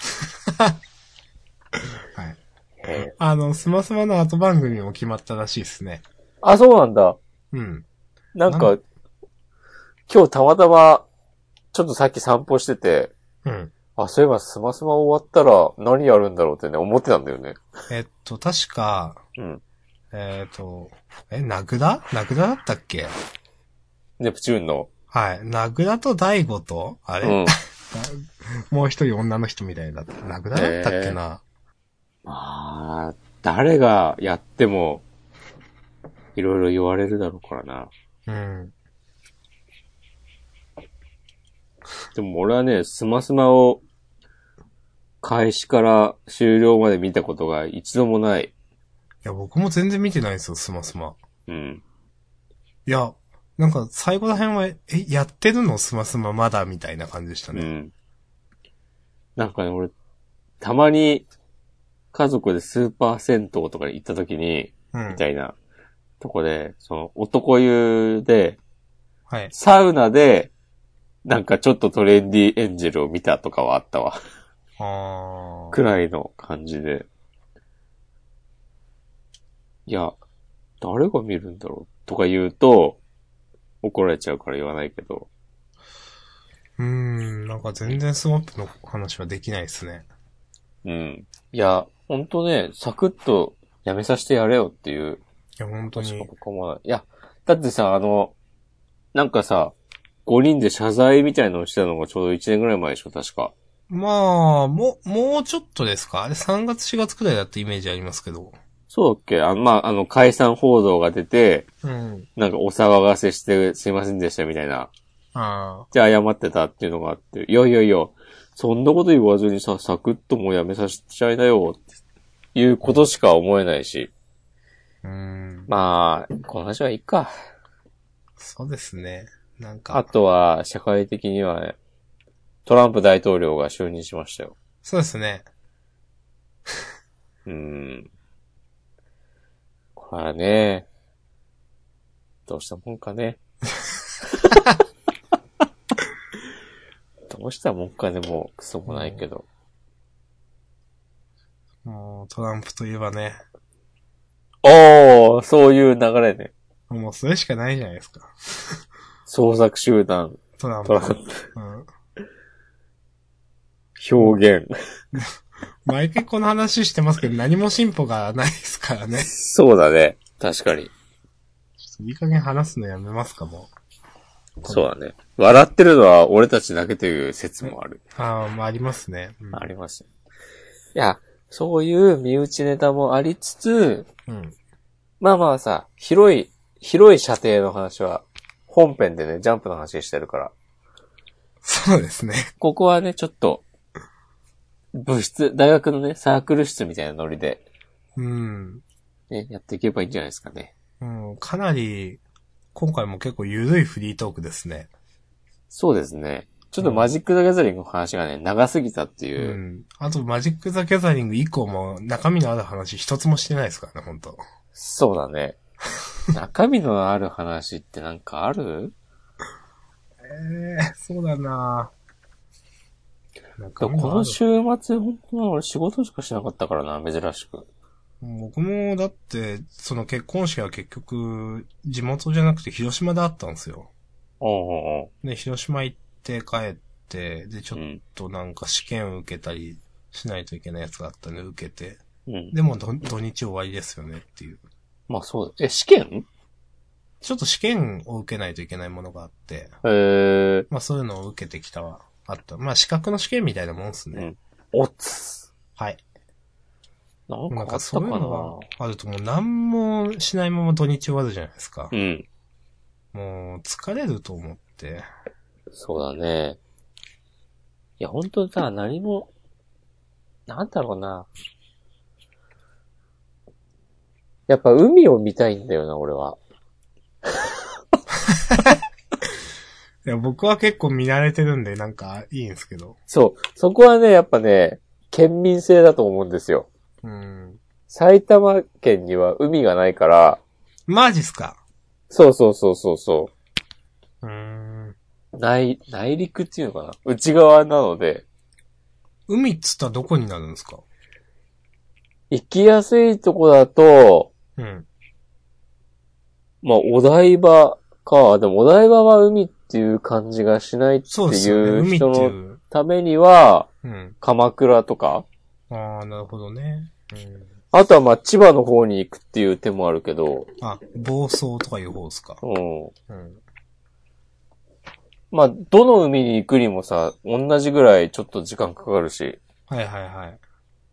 はい。スマスマの後番組も決まったらしいですね。 あ、そうなんだ。なんか、今日たまたま、ちょっとさっき散歩してて、そういえばスマスマ終わったら何やるんだろうってね、思ってたんだよね。 確か、ナグラだったっけ？ ネプチューンの。 はい。ナグラとダイゴと、あれ、もう一人女の人みたいだった。ナグラだったっけな。 誰がやっても、いろいろ言われるだろうからな。でも俺はね、スマスマを、開始から終了まで見たことが一度もない。 いや、僕も全然見てないんですよ、スマスマ。いや、なんか最後ら辺は、やってるのスマスマまだみたいな感じでしたね。 なんかね、俺、たまに、家族でスーパー銭湯とかに行った時に、みたいなとこで、その男湯で、サウナで、なんかちょっとトレンディエンジェルを見たとかはあったわ。くらいの感じで。いや、誰が見るんだろうとか言うと、怒られちゃうから言わないけど。 なんか全然スマップの話はできないですね。 いや、ほんとね、サクッとやめさせてやれよっていう。 いや、本当に。 いや、だってさ、なんかさ、5人で謝罪みたいなのをしたのがちょうど1年ぐらい前でしょ、確か。 まあ、もうちょっとですか？あれ3月4月くらいだったイメージありますけど。 そうだっけ？解散報道が出て、なんかお騒がせしてすいませんでしたみたいな。じゃあ謝ってたっていうのがあって、いや、そんなこと言わずにさ、サクッともうやめさせちゃいなよっていうことしか思えないし。まあ、この話はいいか。 そうですね。なんか。 あとは、社会的にはね、トランプ大統領が就任しましたよ。 そうですね。 これはね、どうしたもんかね。どうしたもんかね、もうクソもないけど。 もうトランプといえばね。 そういう流れね。 もうそれしかないじゃないですか。 創作集団。 トランプ。 表現。 毎回この話してますけど何も進歩がないですからね。 そうだね。確かに。 いい加減話すのやめますか、もう。そうだね。笑ってるのは俺たちだけという説もある。 まあありますね。 あります。いや、そういう身内ネタもありつつ、まあさ、広い射程の話は、本編でね、ジャンプの話してるから。 そうですね。 ここはね、ちょっと、大学のね、サークル室みたいなノリで、ね、やっていけばいいんじゃないですかね。 かなり、今回も結構緩いフリートークですね。 そうですね。ちょっとマジック・ザ・ギャザリングの話がね、長すぎたっていう。 あと、マジック・ザ・ギャザリング以降も中身のある話一つもしてないですからね、本当。 そうだね。中身のある話ってなんかある？ そうだなこの週末、本当は俺仕事しかしなかったからな、珍しく。 僕も、だって、その結婚式は結局、地元じゃなくて広島であったんですよ。 で、 広島行っって帰って、で、ちょっとなんか試験を受けたりしないといけないやつがあったんで受けて、うん、でも土日終わりですよねっていう。 まあそうだ。試験？ ちょっと試験を受けないといけないものがあって、まあそういうのを受けてきたはあった。まあ資格の試験みたいなもんですね。 おつ。 はい。 なんかそういうのがあるともう何もしないまま土日終わるじゃないですか。 うん。 もう疲れると思って。 そうだね。いや本当さ、何も、なんだろうな。やっぱ海を見たいんだよな、俺は。 いや、僕は結構見慣れてるんで、なんかいいんですけど。 そう。そこはね、やっぱね、県民性だと思うんですよ。埼玉県には海がないから。 マジっすか？ そうそうそうそうそう。内陸っていうのかな？内側なので。 海っつったらどこになるんですか？ 行きやすいとこだと、まあ、お台場か。でもお台場は海っていう感じがしないっていう人のためには、鎌倉とか。 ああ、なるほどね。 あとはまあ千葉の方に行くっていう手もあるけど。 房総とかいう方ですか。 まあ、どの海に行くにもさ、同じぐらいちょっと時間かかるし。 はいはいはい。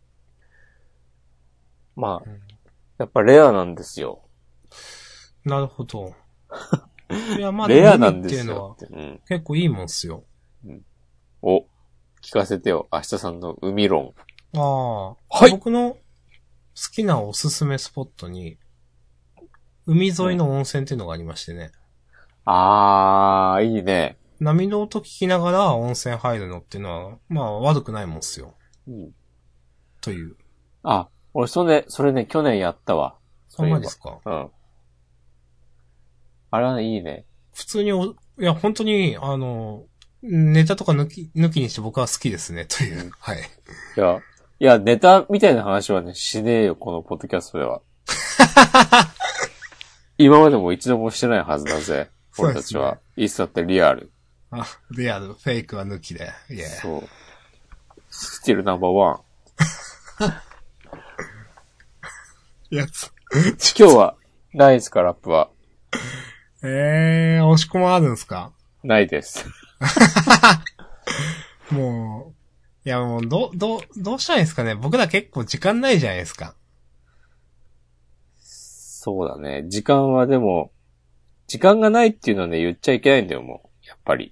まあ、やっぱレアなんですよ。 なるほど。いや、まあ、 レアなんですよ。 結構いいもんっすよ。 お、聞かせてよ。明日さんの海論。 はい。僕の好きなおすすめスポットに、海沿いの温泉っていうのがありましてね。 いいね。 波の音聞きながら温泉入るのっていうのは、まあ悪くないもんっすよ。という。 俺それね、去年やったわ。 マジですか？ あれはね、いいね。 普通にいや、本当に、ネタとか抜きにして僕は好きですね、という。はい。 いや、ネタみたいな話はね、しねえよ、このポッドキャストでは。今までも一度もしてないはずだぜ。俺たちは。いつだってリアル。 リアル、フェイクは抜きで。 そう。スティルナンバーワン。今日は、ないですか、ラップは。 押し込まあるんすか？ ないです。 もう、いやもう、どうしたらいいんですかね？僕ら結構時間ないじゃないですか。 そうだね。時間はでも、時間がないっていうのはね、言っちゃいけないんだよ、もう。やっぱり。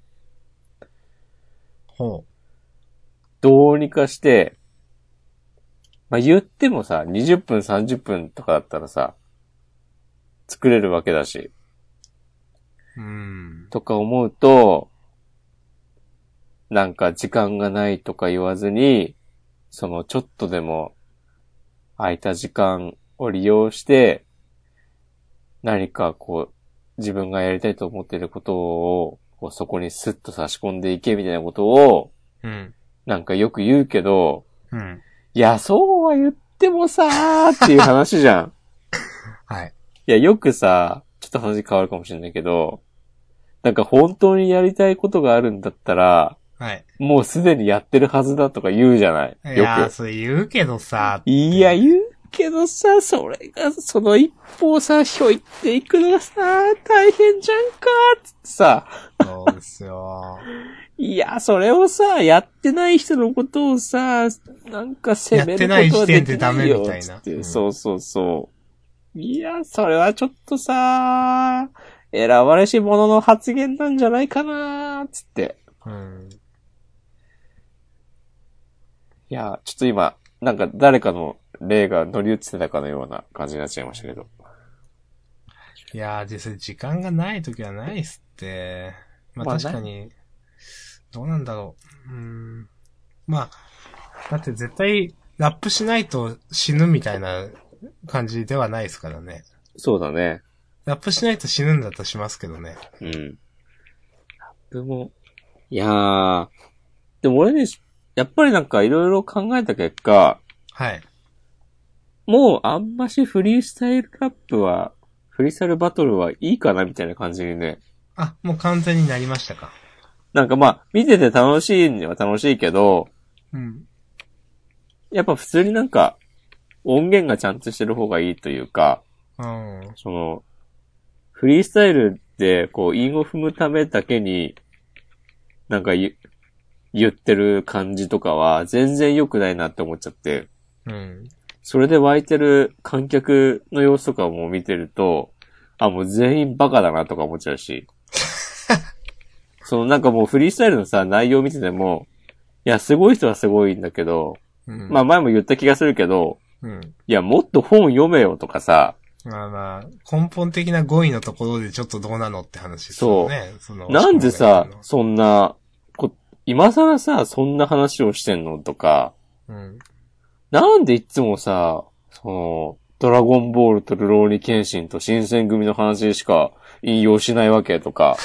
どうにかして、まあ、言ってもさ、20分、30分とかだったらさ、作れるわけだし。とか思うと、なんか時間がないとか言わずに、そのちょっとでも空いた時間を利用して、何かこう、自分がやりたいと思っていることを、こうそこにスッと差し込んでいけみたいなことを、なんかよく言うけど、いや、そうは言ってもさーっていう話じゃん。 はい。 いや、よくさ、ちょっと話変わるかもしれないけど、なんか本当にやりたいことがあるんだったら、もうすでにやってるはずだとか言うじゃない。よく。いや、それ言うけどさ。 いや、言うけどさ、それが、その一歩をさ、ひょいっていくのがさ、大変じゃんかーってさ。 そうですよ。 いや、それをさ、やってない人のことをさ、なんか責めることはできないよ。やってない時点でダメみたいな。そうそうそう。いや、それはちょっとさ、選ばれし者の発言なんじゃないかなーつって。いや、ちょっと今、なんか誰かの例が乗り移ってたかのような感じになっちゃいましたけど。 いやー、実際時間がない時はないっすって。まあ確かに、どうなんだろう。まあ、だって絶対ラップしないと死ぬみたいな感じではないですからね。 そうだね。 ラップしないと死ぬんだとしますけどね。 ラップも、いやー、でも俺ね、やっぱりなんかいろいろ考えた結果、もうあんましフリースタイルラップは、フリースタイルバトルはいいかなみたいな感じにね。 もう完全になりましたか。 なんかまあ、見てて楽しいには楽しいけど、 うん。 やっぱ普通になんか、音源がちゃんとしてる方がいいというか、 うん。 その、フリースタイルで、こう、韻を踏むためだけに、なんか言ってる感じとかは、全然良くないなって思っちゃって、 うん。 それで湧いてる観客の様子とかも見てると、あ、もう全員バカだなとか思っちゃうし、そのなんかもうフリースタイルのさ、内容見てても、いや、すごい人はすごいんだけど、 うん、 まあ前も言った気がするけど、 うん。 いや、もっと本読めよとかさ、 まあ、根本的な語彙のところでちょっとどうなのって話ですよね。 なんでさ、そんな、今更さ、そんな話をしてんのとか、 うん。 なんでいつもさ、ドラゴンボールとルローニケンシンと新選組の話しか引用しないわけとか。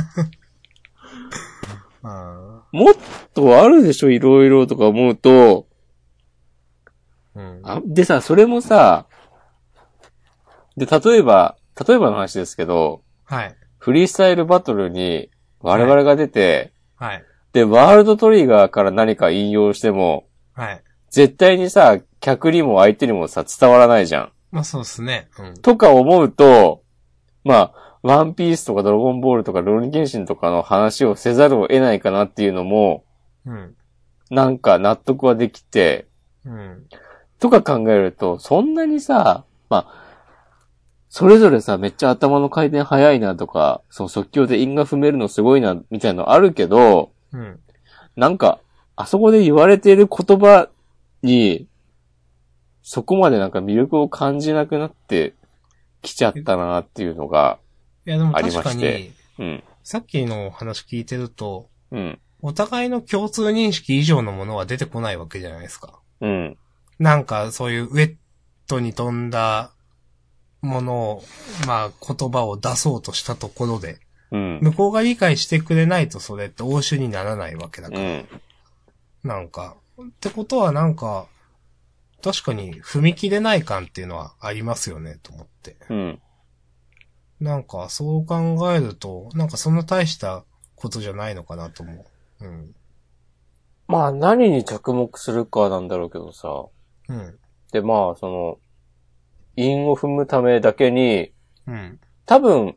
もっとあるでしょ、いろいろとか思うと、 うん、 でさ、それもさ、で、例えばの話ですけど、 はい。 フリースタイルバトルに我々が出て、 はい。 で、ワールドトリガーから何か引用しても、 はい。 絶対にさ、客にも相手にもさ、伝わらないじゃん。 まあそうですね。 うん。とか思うと、まあ、ワンピースとかドラゴンボールとかローニケンシンとかの話をせざるを得ないかなっていうのも、 うん。 なんか納得はできて、 うん。 とか考えると、そんなにさ、まあ、それぞれさ、めっちゃ頭の回転早いなとか、その即興で韻が踏めるのすごいな、みたいなのあるけど、 うん。 なんか、あそこで言われている言葉に、そこまでなんか魅力を感じなくなってきちゃったなっていうのがいやでもありま確かして。 に、 うん。 さっきの話聞いてると、 うん。 お互いの共通認識以上のものは出てこないわけじゃないですか。 うん。 なんかそういうウェットに飛んだものを、まあ言葉を出そうとしたところで、 うん。 向こうが理解してくれないとそれって応酬にならないわけだから。 うん。 なんか、ってことはなんか、確かに踏み切れない感っていうのはありますよね、と思って。 うん。 なんか、そう考えると、なんかそんな大したことじゃないのかなと思う。うん。 まあ、何に着目するかなんだろうけどさ。 うん。 で、まあ、韻を踏むためだけに、 うん。 多分、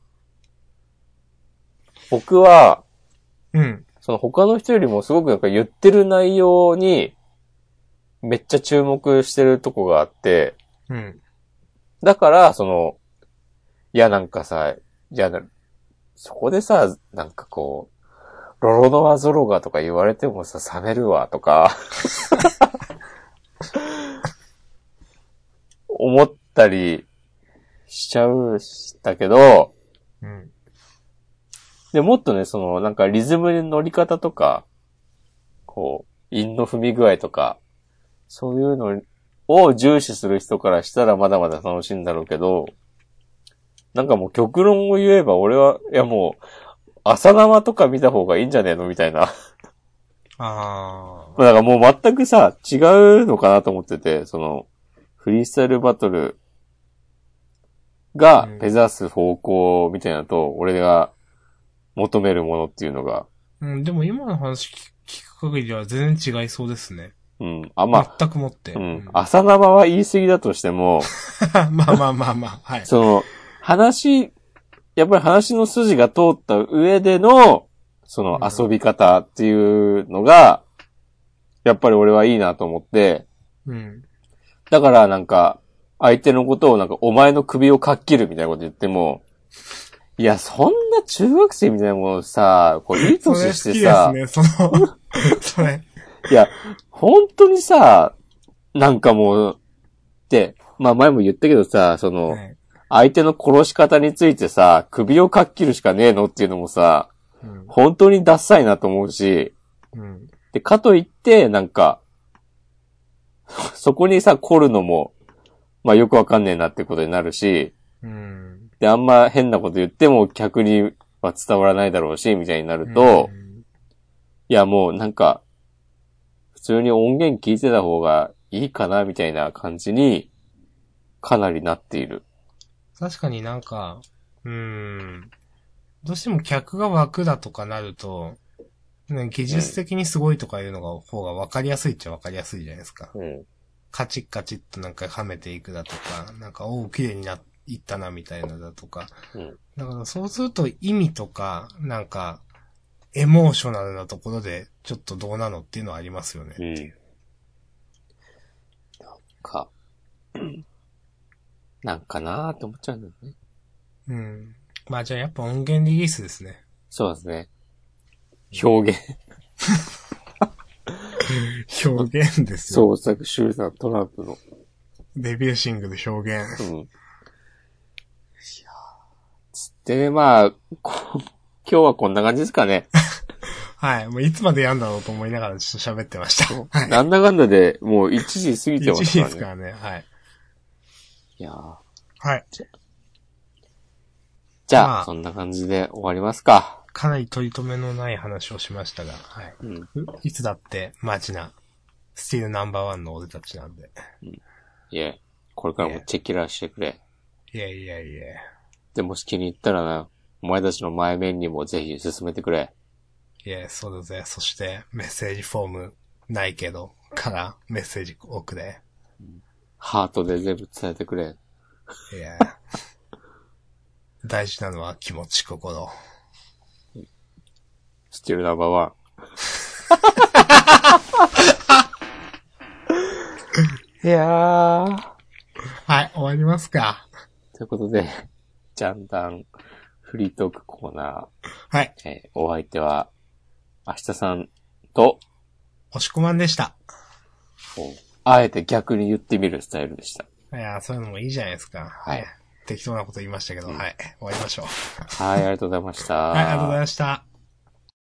僕は、 うん。 他の人よりもすごくなんか言ってる内容に、めっちゃ注目してるとこがあって、 うん。 だから、いやなんかさ、そこでさ、なんかこう、ロロノアゾロガとか言われてもさ、冷めるわとか、思ったりしちゃうしたけど、 うん。 で、もっとね、なんかリズムの乗り方とか、こう、韻の踏み具合とか、そういうのを重視する人からしたらまだまだ楽しいんだろうけど、なんかもう極論を言えば俺は、いやもう、朝生とか見た方がいいんじゃねえのみたいな。 あだからもう全くさ、違うのかなと思ってて、フリースタイルバトルが目指す方向みたいなと、俺が求めるものっていうのが。 うん、でも今の話聞く限りは全然違いそうですね。 うん。あ、まあ。 全くもって。 うん。朝生は言い過ぎだとしても、 まあまあまあまあ、はい。 やっぱり話の筋が通った上での、遊び方っていうのが、やっぱり俺はいいなと思って、 うん。 だからなんか、相手のことをなんか、お前の首をかっ切るみたいなこと言っても、いや、そんな中学生みたいなものさ、こう、いい年してさ、 それ好きですね、それ。 いや、本当にさ、なんかもう、まあ前も言ったけどさ、はい、相手の殺し方についてさ、首をかっ切るしかねえのっていうのもさ、うん、本当にダッサいなと思うし、うん、で、かといって、なんか、そこにさ、凝るのも、まあよくわかんねえなってことになるし、うん、で、あんま変なこと言っても客には伝わらないだろうし、みたいになると、うん、いやもうなんか、普通に音源聞いてた方がいいかな、みたいな感じに、かなりなっている。 確かになんか、どうしても客が枠だとかなると、 ね、技術的にすごいとかいうのが方が分かりやすいっちゃ分かりやすいじゃないですか。カチッカチッとなんかはめていくだとか、なんか、綺麗にいったなみたいなだとか。だからそうすると意味とか、なんか、エモーショナルなところで、ちょっとどうなのっていうのはありますよね。 なんかなーって思っちゃうんだよね。 まあじゃあやっぱ音源リリースですね。 そうですね。表現。 表現ですよ。 創作集団トランプの。 デビューシングル表現。 いやつってね、まあ、今日はこんな感じですかね。 はい。もういつまでやんだろうと思いながらちょっと喋ってました。 はい、なんだかんだでもう1時過ぎてますからね。 1時ですからね。はい。 いやはい。 じゃあ、そんな感じで終わりますか。 かなり取り留めのない話をしましたが、はい。いつだってマジな、スティールナンバーワンの俺たちなんで。 いえ、これからもチェッキラーしてくれ。 いやいやいや。 でもし気に入ったらな、お前たちの前面にもぜひ進めてくれ。 いや、そうだぜ。そしてメッセージフォームないけど、からメッセージ送れ。 ハートで全部伝えてくれ。 いや。大事なのは気持ち心。 スティールナンバーワン。いやー。 はい、終わりますか。 ということで、ジャンダンフリートークコーナー。 はい。 お相手は、明日さんと、 押し込まんでした。 あえて逆に言ってみるスタイルでした。 いや、そういうのもいいじゃないですか。はい。適当なこと言いましたけど、はい。終わりましょう。 はい、ありがとうございました。 はい、ありがとうございました。